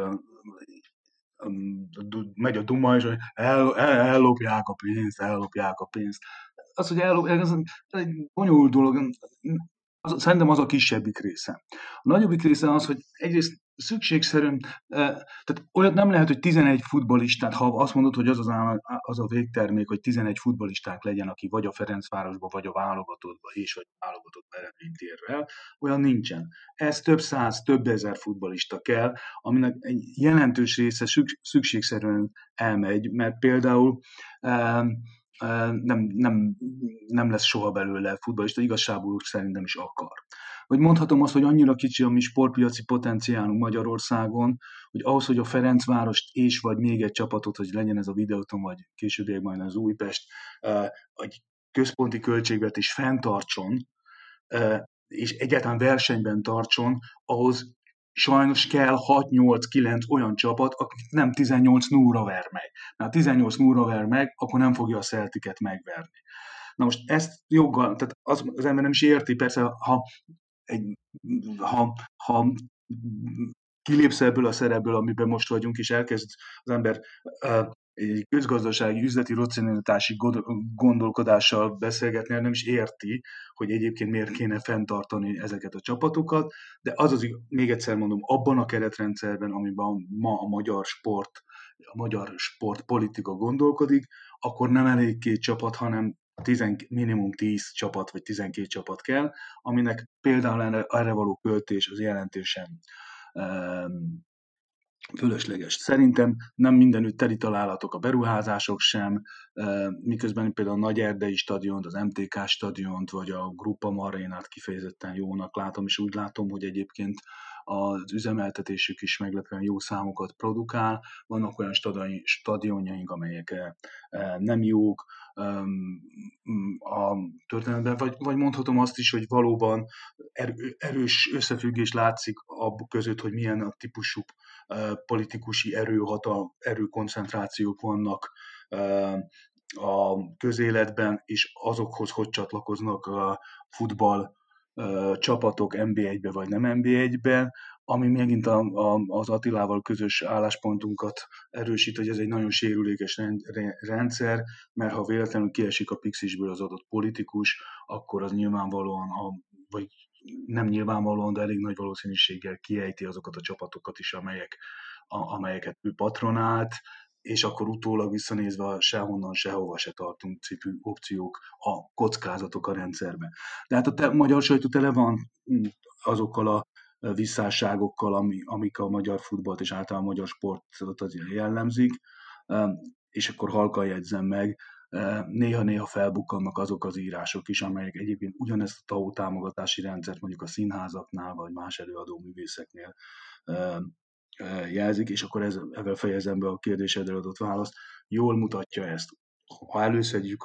megy a duma, és hogy ellopják a pénzt. Az, hogy ellopják, ez egy bonyolult dolog. Szerintem az a kisebbik része. A nagyobbik része az, hogy egyrészt szükségszerűen, tehát olyat nem lehet, hogy 11 futballistát, ha azt mondod, hogy az a végtermék, hogy 11 futballisták legyen, aki vagy a Ferencvárosba, vagy a válogatottba, és vagy a válogatottba eredményt ér el, olyan nincsen. Ez több száz, több ezer futballista kell, aminek egy jelentős része szükségszerűen elmegy, mert például nem lesz soha belőle futballista, igazságból szerintem is akar. Vagy mondhatom azt, hogy annyira kicsi a mi sportpiaci potenciálunk Magyarországon, hogy ahhoz, hogy a Ferencvárost és vagy még egy csapatot, hogy legyen ez a Videóton, vagy később majd az Újpest, egy központi költségvetés fenntartson, és egyáltalán versenyben tartson, ahhoz sajnos kell 6-8-9 olyan csapat, akik nem 18-0-ra ver meg. Mert ha 18-0-ra ver meg, akkor nem fogja a Celticet megverni. Na most ezt joggal, tehát az ember nem is érti, persze, ha kilépsz ebből a szerepből, amiben most vagyunk, és elkezd az ember egy közgazdasági, üzleti racionalitási gondolkodással beszélgetni, nem is érti, hogy egyébként miért kéne fenntartani ezeket a csapatokat, de még egyszer mondom, abban a keretrendszerben, amiben ma a magyar sportpolitika gondolkodik, akkor nem elég 2 csapat, hanem minimum 10 csapat vagy 12 csapat kell, aminek például erre való költés az jelentősen fölösleges. Szerintem nem mindenütt teli találatok a beruházások sem, miközben például a Nagyerdei stadiont, az MTK stadiont, vagy a Grupama arénát kifejezetten jónak látom, és úgy látom, hogy egyébként az üzemeltetésük is meglepően jó számokat produkál. Vannak olyan stadionjaink, amelyek nem jók a történetben, vagy mondhatom azt is, hogy valóban erős összefüggés látszik abban között, hogy milyen a típusú politikusi erőkoncentrációk vannak a közéletben, és azokhoz hogy csatlakoznak a futball csapatok NB1-be vagy nem NB1-be, ami megint az Attilával közös álláspontunkat erősít, hogy ez egy nagyon sérülékes rendszer, mert ha véletlenül kiesik a Pixisből az adott politikus, akkor az nyilvánvalóan, vagy nem nyilvánvalóan, de elég nagy valószínűséggel kiejti azokat a csapatokat is, amelyeket ő patronált, és akkor utólag visszanézve sehonnan, sehova se tartunk cipő opciók, a kockázatok a rendszerben. De hát a magyar sajtó tele van azokkal a visszásságokkal, amik a magyar futballt és általában a magyar sportot jellemzik, és akkor halkan jegyzem meg, néha-néha felbukkannak azok az írások is, amelyek egyébként ugyanezt a TAO támogatási rendszert mondjuk a színházaknál vagy más előadó művészeknél jelzik, és akkor ezzel fejezem be a kérdésedre adott választ. Jól mutatja ezt. Ha előszedjük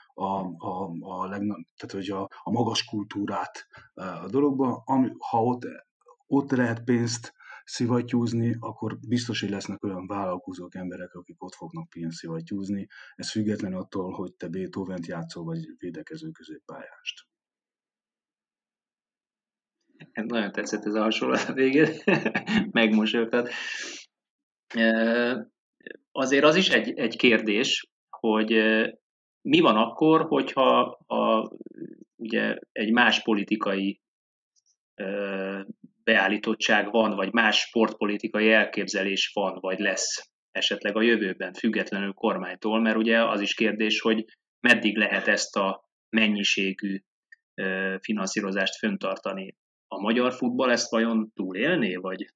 tehát, hogy a magas kultúrát a dologba, ha ott lehet pénzt szivattyúzni, akkor biztos, hogy lesznek olyan vállalkozók, emberek, akik ott fognak pénzt szivattyúzni. Ez független attól, hogy te Beethovent játszol, vagy védekező középpályást. Nagyon tetszett ez a hasonlat a végén, megmosoltad. Azért az is egy kérdés, hogy mi van akkor, hogyha ugye egy más politikai beállítottság van, vagy más sportpolitikai elképzelés van, vagy lesz esetleg a jövőben, függetlenül kormánytól, mert ugye az is kérdés, hogy meddig lehet ezt a mennyiségű finanszírozást fenntartani. A magyar futball ezt vajon túlélné,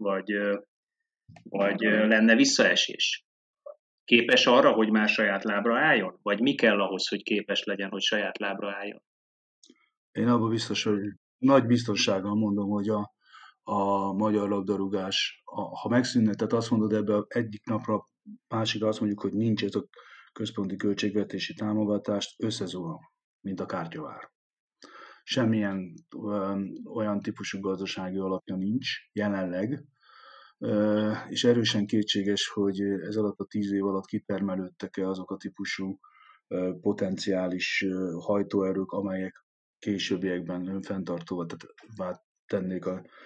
vagy lenne visszaesés? Képes arra, hogy már saját lábra álljon? Vagy mi kell ahhoz, hogy képes legyen, hogy saját lábra álljon? Én abban biztos, hogy nagy biztonsággal mondom, hogy a magyar labdarúgás, ha megszűnne, tehát azt mondod ebbe egyik napra, másikra azt mondjuk, hogy nincs ez a központi költségvetési támogatást, összezuhan, mint a kártyavár. Semmilyen olyan típusú gazdasági alapja nincs jelenleg, és erősen kétséges, hogy ez alatt a 10 év alatt kitermelődtek-e azok a típusú potenciális hajtóerők, amelyek későbbiekben önfenntartóvá tennék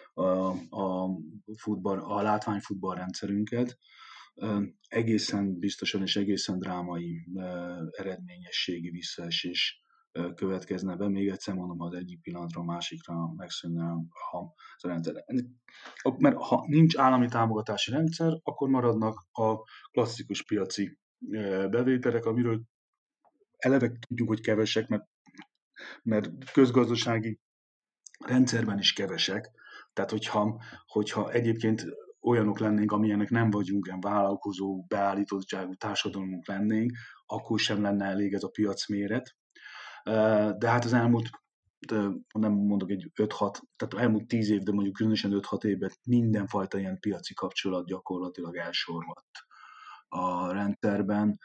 a látványfutball rendszerünket. Egészen biztosan és egészen drámai eredményességi visszaesés következne be. Még egyszer mondom, az egyik pillanatra a másikra megszűnne a rendszer. Mert ha nincs állami támogatási rendszer, akkor maradnak a klasszikus piaci bevételek, amiről eleve tudjuk, hogy kevesek, mert közgazdasági rendszerben is kevesek. Tehát, hogyha egyébként olyanok lennénk, amilyenek nem vagyunk, ilyen vállalkozó, beállítottságú társadalmunk lennénk, akkor sem lenne elég ez a piacméret. De hát az elmúlt, nem mondok egy 5-6, tehát elmúlt 10 év, de mondjuk különösen 5-6 évben mindenfajta ilyen piaci kapcsolat gyakorlatilag elsorvadt a rendszerben.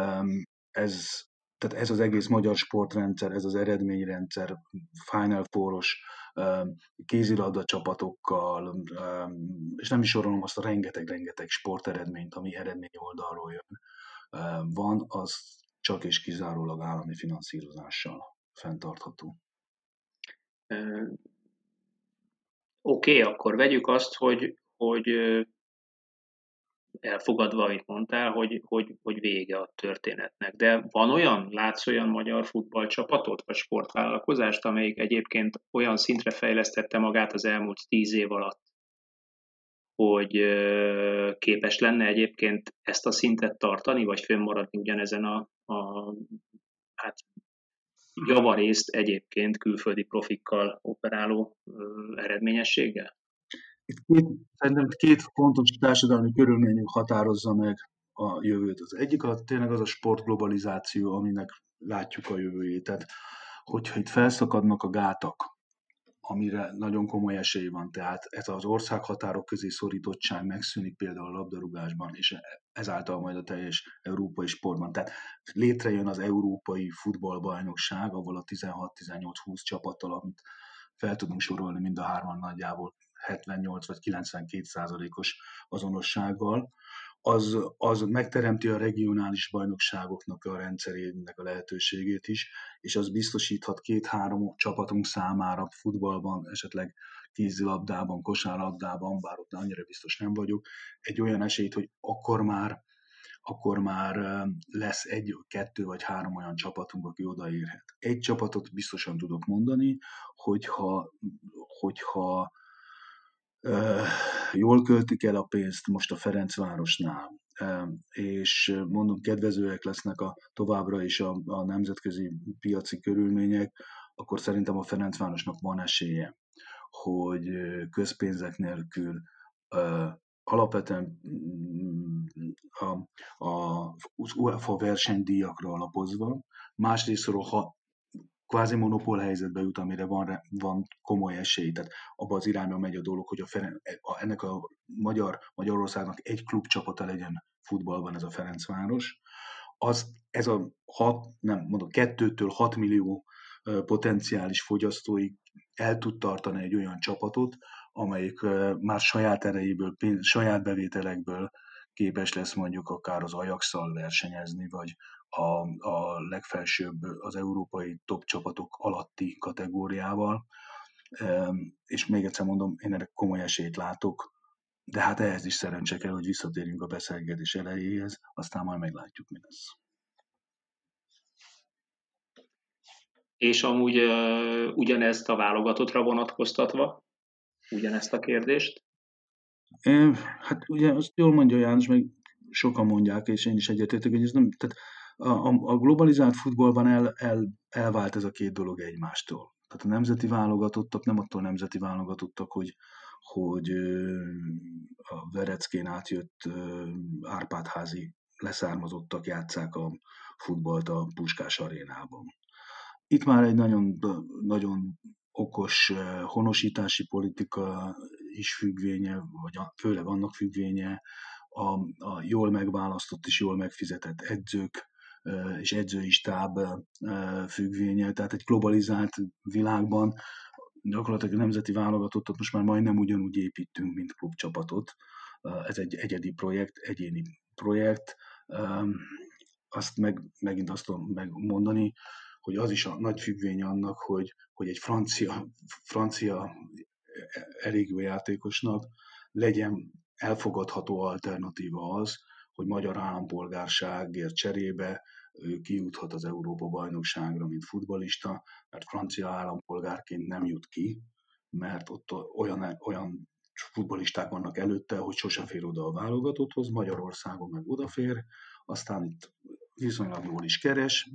Tehát ez az egész magyar sportrendszer, ez az eredményrendszer, Final Four-os kézilabda csapatokkal, és nem is sorolom azt a rengeteg sporteredményt, ami eredmény oldalról jön, van, az csak és kizárólag állami finanszírozással fenntartható. Oké, akkor vegyük azt, hogy elfogadva, amit mondtál, hogy vége a történetnek. De látsz olyan magyar futballcsapatot, vagy sportvállalkozást, amelyik egyébként olyan szintre fejlesztette magát az elmúlt 10 év alatt, hogy képes lenne egyébként ezt a szintet tartani, vagy fönnmaradni ugyanezen hát javarészt egyébként külföldi profikkal operáló eredményességgel? Szerintem két fontos társadalmi körülmény határozza meg a jövőt. Az egyik tényleg az a sportglobalizáció, aminek látjuk a jövőjét. Tehát, hogyha itt felszakadnak a gátak, amire nagyon komoly esély van, tehát ez az országhatárok közé szorítottság megszűnik például a labdarúgásban, és ezáltal majd a teljes európai sportban. Tehát létrejön az európai futballbajnokság, ahol a 16-18-20 csapattal, amit fel tudunk sorolni mind a hárman nagyjából 78 vagy 92%-os azonossággal, az megteremti a regionális bajnokságoknak a rendszerének a lehetőségét is, és az biztosíthat 2-3 csapatunk számára futballban, esetleg kézilabdában, kosárlabdában, bár ott annyira biztos nem vagyok, egy olyan esélyt, hogy akkor már lesz 1, 2 vagy 3 olyan csapatunk, aki odaérhet. Egy csapatot biztosan tudok mondani, hogyha jól költik el a pénzt most a Ferencvárosnál, és mondom, kedvezőek lesznek továbbra is a nemzetközi piaci körülmények, akkor szerintem a Ferencvárosnak van esélye, hogy közpénzek nélkül alapvetően az UEFA versenydíjakra alapozva, másrésztről, ha kvázi monopól helyzetbe jut, amire van komoly esély. Tehát abba az irányba megy a dolog, hogy ennek a Magyarországnak egy klubcsapata legyen futballban, ez a Ferencváros. Ez a 2-től 6 millió potenciális fogyasztóig el tud tartani egy olyan csapatot, amelyik már saját erejéből, saját bevételekből képes lesz mondjuk akár az Ajax-szal versenyezni, vagy a legfelsőbb, az európai top csapatok alatti kategóriával. És még egyszer mondom, én ennek komoly esélyt látok, de hát ehhez is szerencse kell, hogy visszatérjünk a beszélgetés elejéhez, aztán majd meglátjuk, mi lesz. És amúgy ugyanezt a válogatottra vonatkoztatva, ugyanezt a kérdést? Hát ugye azt jól mondja János, meg sokan mondják, és én is egyetértek, hogy ez nem, tehát a globalizált futballban elvált ez a két dolog egymástól. Tehát a nemzeti válogatottak nem attól nemzeti válogatottak, hogy a Vereckén átjött Árpád-házi leszármazottak játsszák a futballt a Puskás arénában. Itt már egy nagyon, nagyon okos honosítási politika is függvénye, vagy főleg annak függvénye, a jól megválasztott és jól megfizetett edzők és edzői stáb függvénye. Tehát egy globalizált világban gyakorlatilag a nemzeti válogatottat most már majdnem ugyanúgy építünk, mint klubcsapatot. Ez egy egyedi projekt, egyéni projekt. Azt megint azt tudom megmondani, hogy az is a nagy függvény annak, hogy egy francia elég jó játékosnak legyen elfogadható alternatíva az, hogy magyar állampolgárságért cserébe ő kijuthat az Európa-bajnokságra, mint futballista, mert francia állampolgárként nem jut ki, mert ott olyan futballisták vannak előtte, hogy sose fér oda a válogatotthoz, Magyarországon meg odafér, aztán itt viszonylag jól is keres,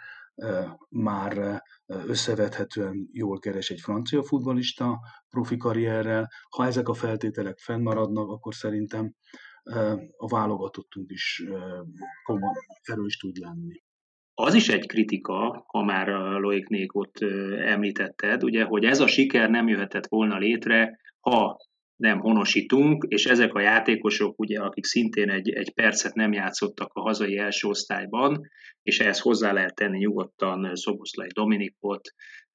már összevethetően jól keres egy francia futballista profi karrierrel. Ha ezek a feltételek fennmaradnak, akkor szerintem a válogatottunk is komoly, erős tud lenni. Az is egy kritika, ha már Loic Nékot említetted, ugye, hogy ez a siker nem jöhetett volna létre, ha nem honosítunk, és ezek a játékosok, ugye, akik szintén egy percet nem játszottak a hazai első osztályban, és ehhez hozzá lehet tenni nyugodtan Szoboszlai Dominikot,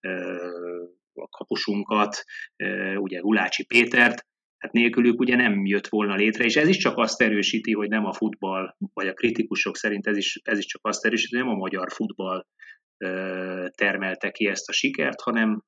a kapusunkat, ugye Gulácsi Pétert, hát nélkülük ugye nem jött volna létre, és ez is csak azt erősíti, hogy nem a futball, vagy a kritikusok szerint ez is csak azt erősíti, hogy nem a magyar futball termelte ki ezt a sikert, hanem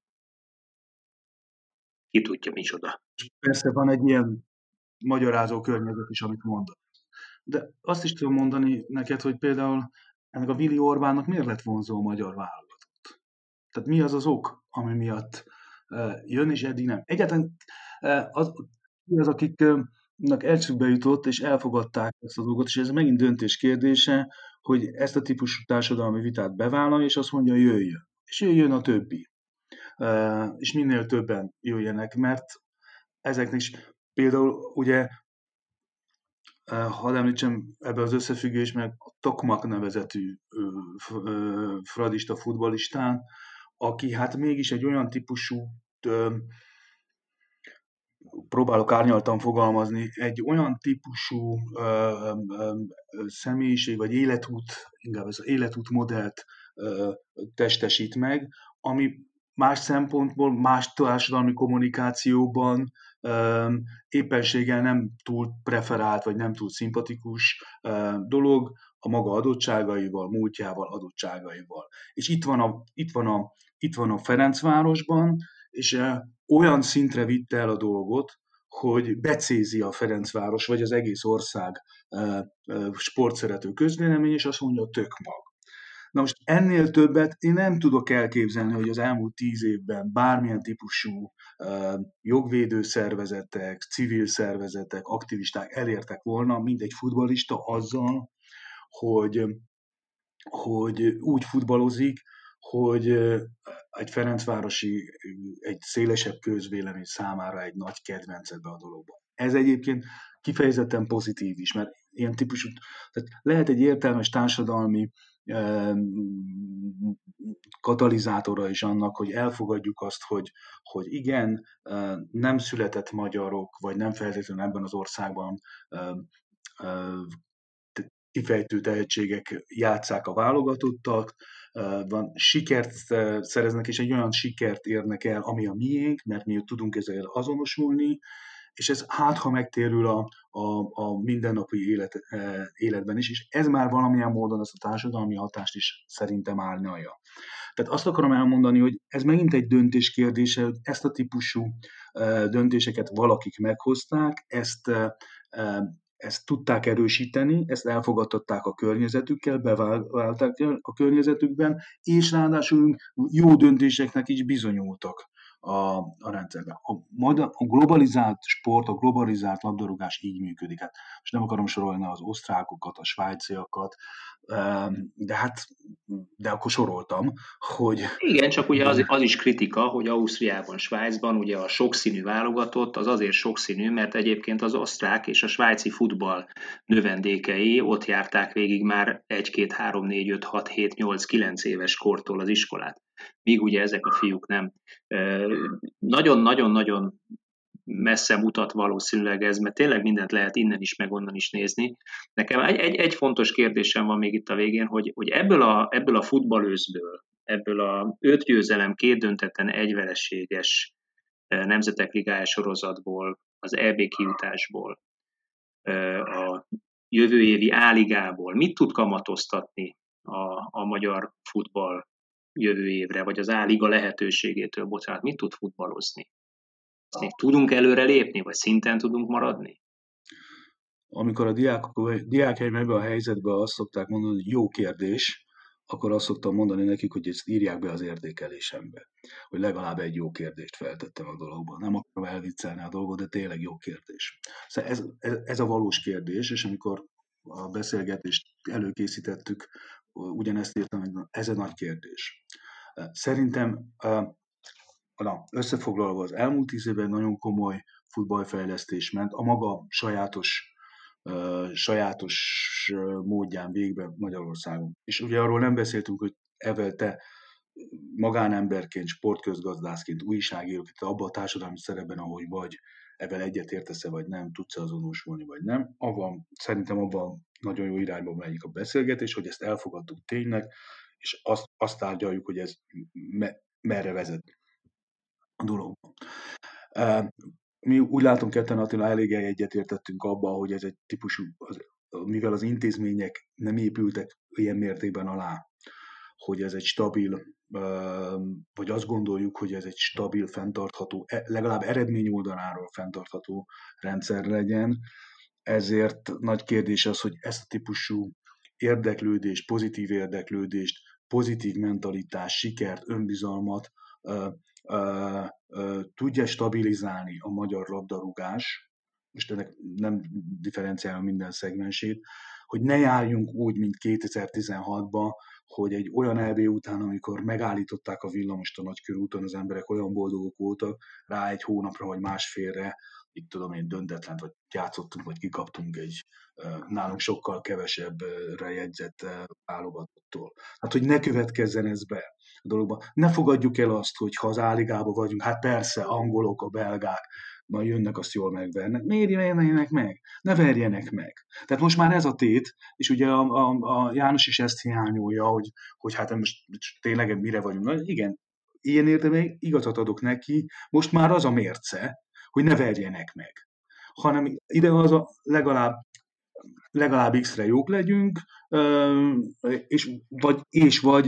ki tudja micsoda. Persze van egy ilyen magyarázó környezet is, amit mondok. De azt is tudom mondani neked, hogy például ennek a Vili Orbánnak miért lett vonzó a magyar válogatott. Tehát mi az az ok, ami miatt jön, és eddig nem. Egyáltalán az akiknek eszükbe jutott, és elfogadták ezt a dolgot, és ez megint döntés kérdése, hogy ezt a típusú társadalmi vitát bevállalja, és azt mondja, jöjjön. És jöjjön a többi. És minél többen jöjjenek, mert ezeknek is például ugye, hadd említsem ebben az összefüggésben a Tokmak nevezetű fradista futballistán, aki hát mégis egy olyan típusú, próbálok árnyaltan fogalmazni, egy olyan típusú személyiség vagy életút, inkább ez az életút modellt testesít meg, ami más szempontból, más társadalmi kommunikációban éppenséggel nem túl preferált, vagy nem túl szimpatikus dolog a maga adottságaival, múltjával, adottságaival. És itt van a Ferencvárosban, és olyan szintre vitte el a dolgot, hogy becézi a Ferencváros, vagy az egész ország sportszerető közvélemény, és azt mondja, tök mag. Na most ennél többet én nem tudok elképzelni, hogy az elmúlt 10 évben bármilyen típusú jogvédő szervezetek, civil szervezetek, aktivisták elértek volna, mint egy futballista azzal, hogy úgy futballozik, hogy egy ferencvárosi, egy szélesebb közvélemény számára egy nagy kedvenc ebbe a dologban. Ez egyébként kifejezetten pozitív is, mert ilyen típusú, tehát lehet egy értelmes társadalmi katalizátora is annak, hogy elfogadjuk azt, hogy igen, nem született magyarok, vagy nem feltétlenül ebben az országban kifejtő tehetségek játsszák a válogatottat, van sikert szereznek, és egy olyan sikert érnek el, ami a miénk, mert mi tudunk ezzel azonosulni, és ez ha megtérül a mindennapi életben is, és ez már valamilyen módon ezt a társadalmi hatást is szerintem árnyalja. Tehát azt akarom elmondani, hogy ez megint egy döntés kérdése, hogy ezt a típusú döntéseket valakik meghozták, ezt tudták erősíteni, ezt elfogadtatták a környezetükkel, beválták a környezetükben, és ráadásul jó döntéseknek is bizonyultak a rendszerben. A globalizált sport, a globalizált labdarúgás így működik. Hát most nem akarom sorolni az osztrákokat, a svájciakat, de akkor soroltam, hogy... Igen, csak ugye az is kritika, hogy Ausztriában, Svájcban ugye a sokszínű válogatott az azért sokszínű, mert egyébként az osztrák és a svájci futball növendékei ott járták végig már 1, 2, 3, 4, 5, 6, 7, 8, 9 éves kortól az iskolát. Míg ugye ezek a fiúk nem. Nagyon-nagyon-nagyon messze mutat valószínűleg ez, mert tényleg mindent lehet innen is, meg onnan is nézni. Nekem egy fontos kérdésem van még itt a végén, hogy ebből a futballőzből, ebből a 5 győzelem, 2 döntetlen, 1 vereséges Nemzetek Ligája sorozatból, az EB kijutásból, a jövő évi A-ligából mit tud kamatoztatni a magyar futball jövő évre, vagy az A-liga lehetőségétől, bocsánat, mit tud futballozni? Tudunk előre lépni, vagy szinten tudunk maradni? Amikor a diákjaim ebben a helyzetben azt szokták mondani, hogy jó kérdés, akkor azt szoktam mondani nekik, hogy ezt írják be az értékelésembe. Hogy legalább egy jó kérdést feltettem a dologban. Nem akarom elviccelni a dolgot, de tényleg jó kérdés. Szóval ez a valós kérdés, és amikor a beszélgetést előkészítettük, ugyanezt írtam, hogy ez a nagy kérdés. Szerintem összefoglalva az elmúlt 10 évben nagyon komoly futballfejlesztés ment, a maga sajátos módján végbe Magyarországon. És ugye arról nem beszéltünk, hogy Evel te magánemberként, sportközgazdászként, újságíróként, abban a társadalmi szerepben, ahogy vagy, Evel egyetértesz-e vagy nem, tudsz-e azonosulni vagy nem. Szerintem abban nagyon jó irányba megyik a beszélgetés, hogy ezt elfogadtuk tényleg, és azt tárgyaljuk, hogy ez merre vezet a dologban. Mi úgy látom, ketten Attila elég egyetértettünk abban, hogy ez egy típusú, mivel az intézmények nem épültek ilyen mértékben alá, hogy ez egy stabil, vagy azt gondoljuk, hogy ez egy stabil, fenntartható, legalább eredmény oldaláról fenntartható rendszer legyen. ezért nagy kérdés az, hogy ezt a típusú érdeklődést, pozitív érdeklődést, pozitív mentalitást, sikert, önbizalmat tudja stabilizálni a magyar labdarúgás, most ennek nem differenciálom minden szegmensét, hogy ne járjunk úgy, mint 2016-ban, hogy egy olyan EB után, amikor megállították a villamost a Nagykörúton, az emberek olyan boldogok voltak, rá egy hónapra vagy másfélre, itt tudom én, döntetlent, vagy játszottunk, vagy kikaptunk egy nálunk sokkal kevesebbre jegyzett válogatottól. Hát, hogy ne következzen ez be a dologba. Ne fogadjuk el azt, hogy ha az A-ligában vagyunk, hát persze, angolok, a belgák, majd jönnek, azt jól megvernek. Miért verjenek meg? Ne verjenek meg. Tehát most már ez a tét, és ugye a János is ezt hiányolja, hogy hát most tényleg mire vagyunk. Na, igen, ilyen értelemben igazat adok neki, most már az a mérce, hogy ne verjenek meg, hanem ide az a legalább X-re jók legyünk, és vagy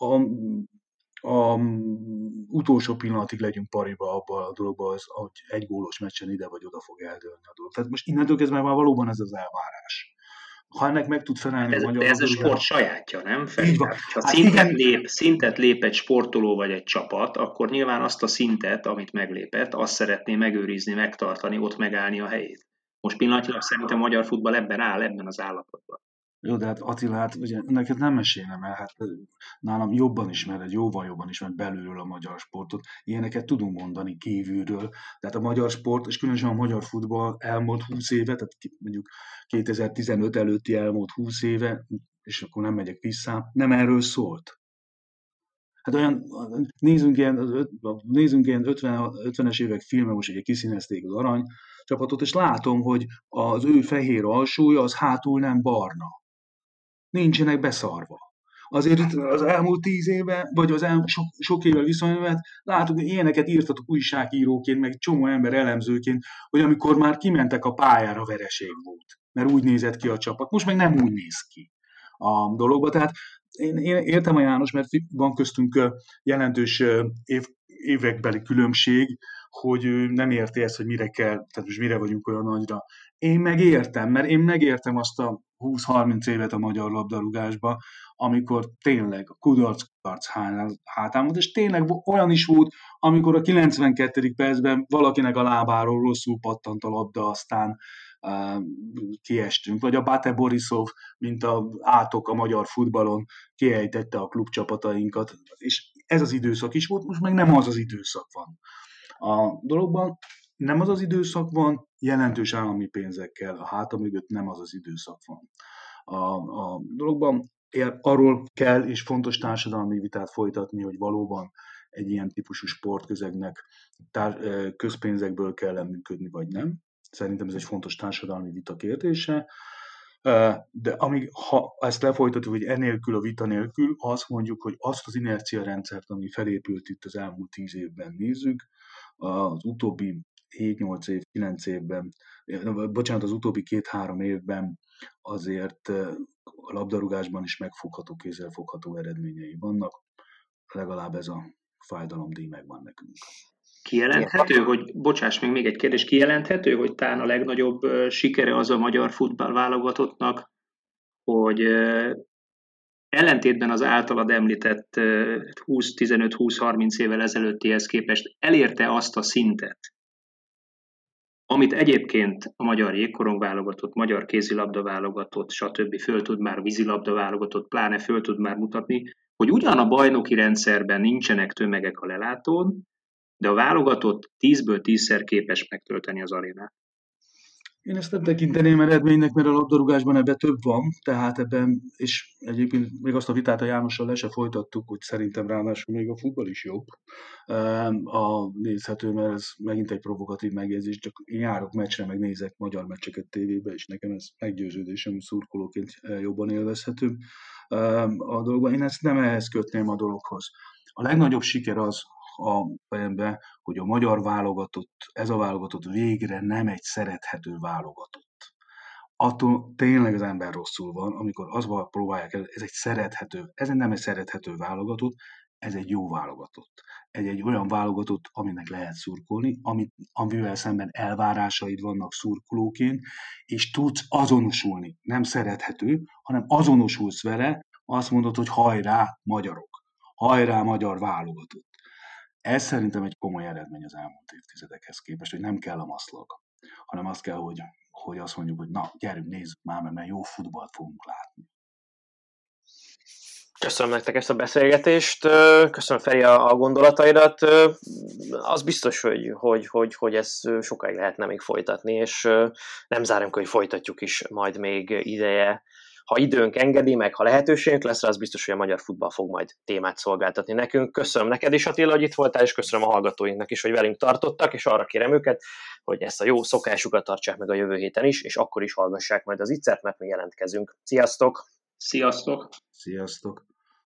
a utolsó pillanatig legyünk pariba abban a dologban, hogy egy gólos meccsen ide vagy oda fog eldőlni a dolog. Tehát most innentől kezdve már valóban ez az elvárás. Ha ennek meg tud felelni a magyar ez a sport sajátja, nem? Így van. Ha Hát szintet lép egy sportoló vagy egy csapat, akkor nyilván azt a szintet, amit meglépett, azt szeretné megőrizni, megtartani, ott megállni a helyét. Most pillanatilag szerintem a magyar futball ebben az állapotban. Jó, de hát Attila, hát ugye neked nem mesélem el, hát nálam jobban ismered, jóval jobban ismered belülről a magyar sportot. Ilyeneket tudunk mondani kívülről. Tehát a magyar sport, és különösen a magyar futball elmúlt 20 éve, tehát mondjuk 2015 előtti elmúlt 20 éve, és akkor nem megyek vissza, nem erről szólt. Hát olyan, nézzünk ilyen 50-es évek filme, most ugye kiszínezték az arany csapatot, és látom, hogy az ő fehér alsója az hátul nem barna. Nincsenek beszarva. Azért itt az elmúlt 10 éve, vagy az sok évvel viszonylag látunk, hogy ilyeneket írtatok újságíróként, meg csomó ember elemzőként, hogy amikor már kimentek a pályára, vereség volt. Mert úgy nézett ki a csapat. Most meg nem úgy néz ki a dologba. Tehát én értem a János, mert van köztünk jelentős évekbeli különbség, hogy ő nem érti ezt, hogy mire kell, tehát most mire vagyunk olyan nagyra. Én megértem, mert én megértem azt a 20-30 évet a magyar labdarúgásba, amikor tényleg a kudarc hátán volt, és tényleg olyan is volt, amikor a 92. percben valakinek a lábáról rosszul pattant a labda, aztán kiestünk, vagy a Bate Borisov, mint a átok a magyar futballon kiejtette a klubcsapatainkat, és ez az időszak is volt, most meg nem az időszak van. A dologban nem az időszak van, jelentős állami pénzekkel, a háta mögött nem az időszak van. A dologban arról kell és fontos társadalmi vitát folytatni, hogy valóban egy ilyen típusú sportközegnek közpénzekből kell működni, vagy nem. Szerintem ez egy fontos társadalmi vita kérdése. De ha ezt lefolytatjuk, hogy enélkül a vita nélkül, azt mondjuk, hogy azt az inerciarendszert, ami felépült itt az elmúlt 10 évben nézzük, az utóbbi 7-8 év, 9 évben, az utóbbi 2-3 évben azért a labdarúgásban is megfogható, kézzelfogható eredményei vannak. Legalább ez a fájdalomdíj megvan nekünk. Kijelenthető, hogy, bocsáss, még egy kérdés, kijelenthető, hogy talán a legnagyobb sikere az a magyar futball válogatottnak, hogy ellentétben az általad említett 15-20-30 évvel ezelőttihez képest elérte azt a szintet, amit egyébként a magyar jégkorong válogatott, magyar kézilabda válogatott, stb. Föl tud már vízilabda válogatott, pláne föl tud már mutatni, hogy ugyan a bajnoki rendszerben nincsenek tömegek a lelátón, de a válogatott 10-ből 10-szer képes megtölteni az arénát. Én ezt nem tekinteném eredménynek, mert a labdarúgásban ebben több van, tehát ebben, és egyébként még azt a vitát a Jánossal le se folytattuk, hogy szerintem ráadásul még a futball is jobb. A nézhető, mert ez megint egy provokatív megjegyzés, csak én járok meccsre, meg nézek magyar meccseket tévébe, és nekem ez meggyőződésem, hogy szurkolóként jobban élvezhető a dologban. Én ezt nem ehhez kötném a dologhoz. A legnagyobb siker az a fejembe, hogy a magyar válogatott, ez a válogatott végre nem egy szerethető válogatott. Attól tényleg az ember rosszul van, amikor azt próbálják el, ez nem egy szerethető válogatott, ez egy jó válogatott. Egy olyan válogatott, aminek lehet szurkolni, amivel szemben elvárásaid vannak szurkolóként, és tudsz azonosulni. Nem szerethető, hanem azonosulsz vele, azt mondod, hogy hajrá, magyarok! Hajrá, magyar válogatott! Ez szerintem egy komoly eredmény az elmúlt évtizedekhez képest, hogy nem kell a maszlag, hanem azt kell, hogy azt mondjuk, hogy na, gyerünk, nézzük már, mert jó futballt fogunk látni. Köszönöm nektek ezt a beszélgetést, köszönöm Feri a gondolataidat. Az biztos, hogy ez sokáig lehetne még folytatni, és nem zárom, hogy folytatjuk is majd még ideje. Ha időnk engedi, meg ha lehetőségünk lesz, az biztos, hogy a magyar futball fog majd témát szolgáltatni nekünk. Köszönöm neked is, Attila, hogy itt voltál, és köszönöm a hallgatóinknak is, hogy velünk tartottak, és arra kérem őket, hogy ezt a jó szokásukat tartsák meg a jövő héten is, és akkor is hallgassák majd az Iccert, mert mi jelentkezünk. Sziasztok! Sziasztok! Sziasztok!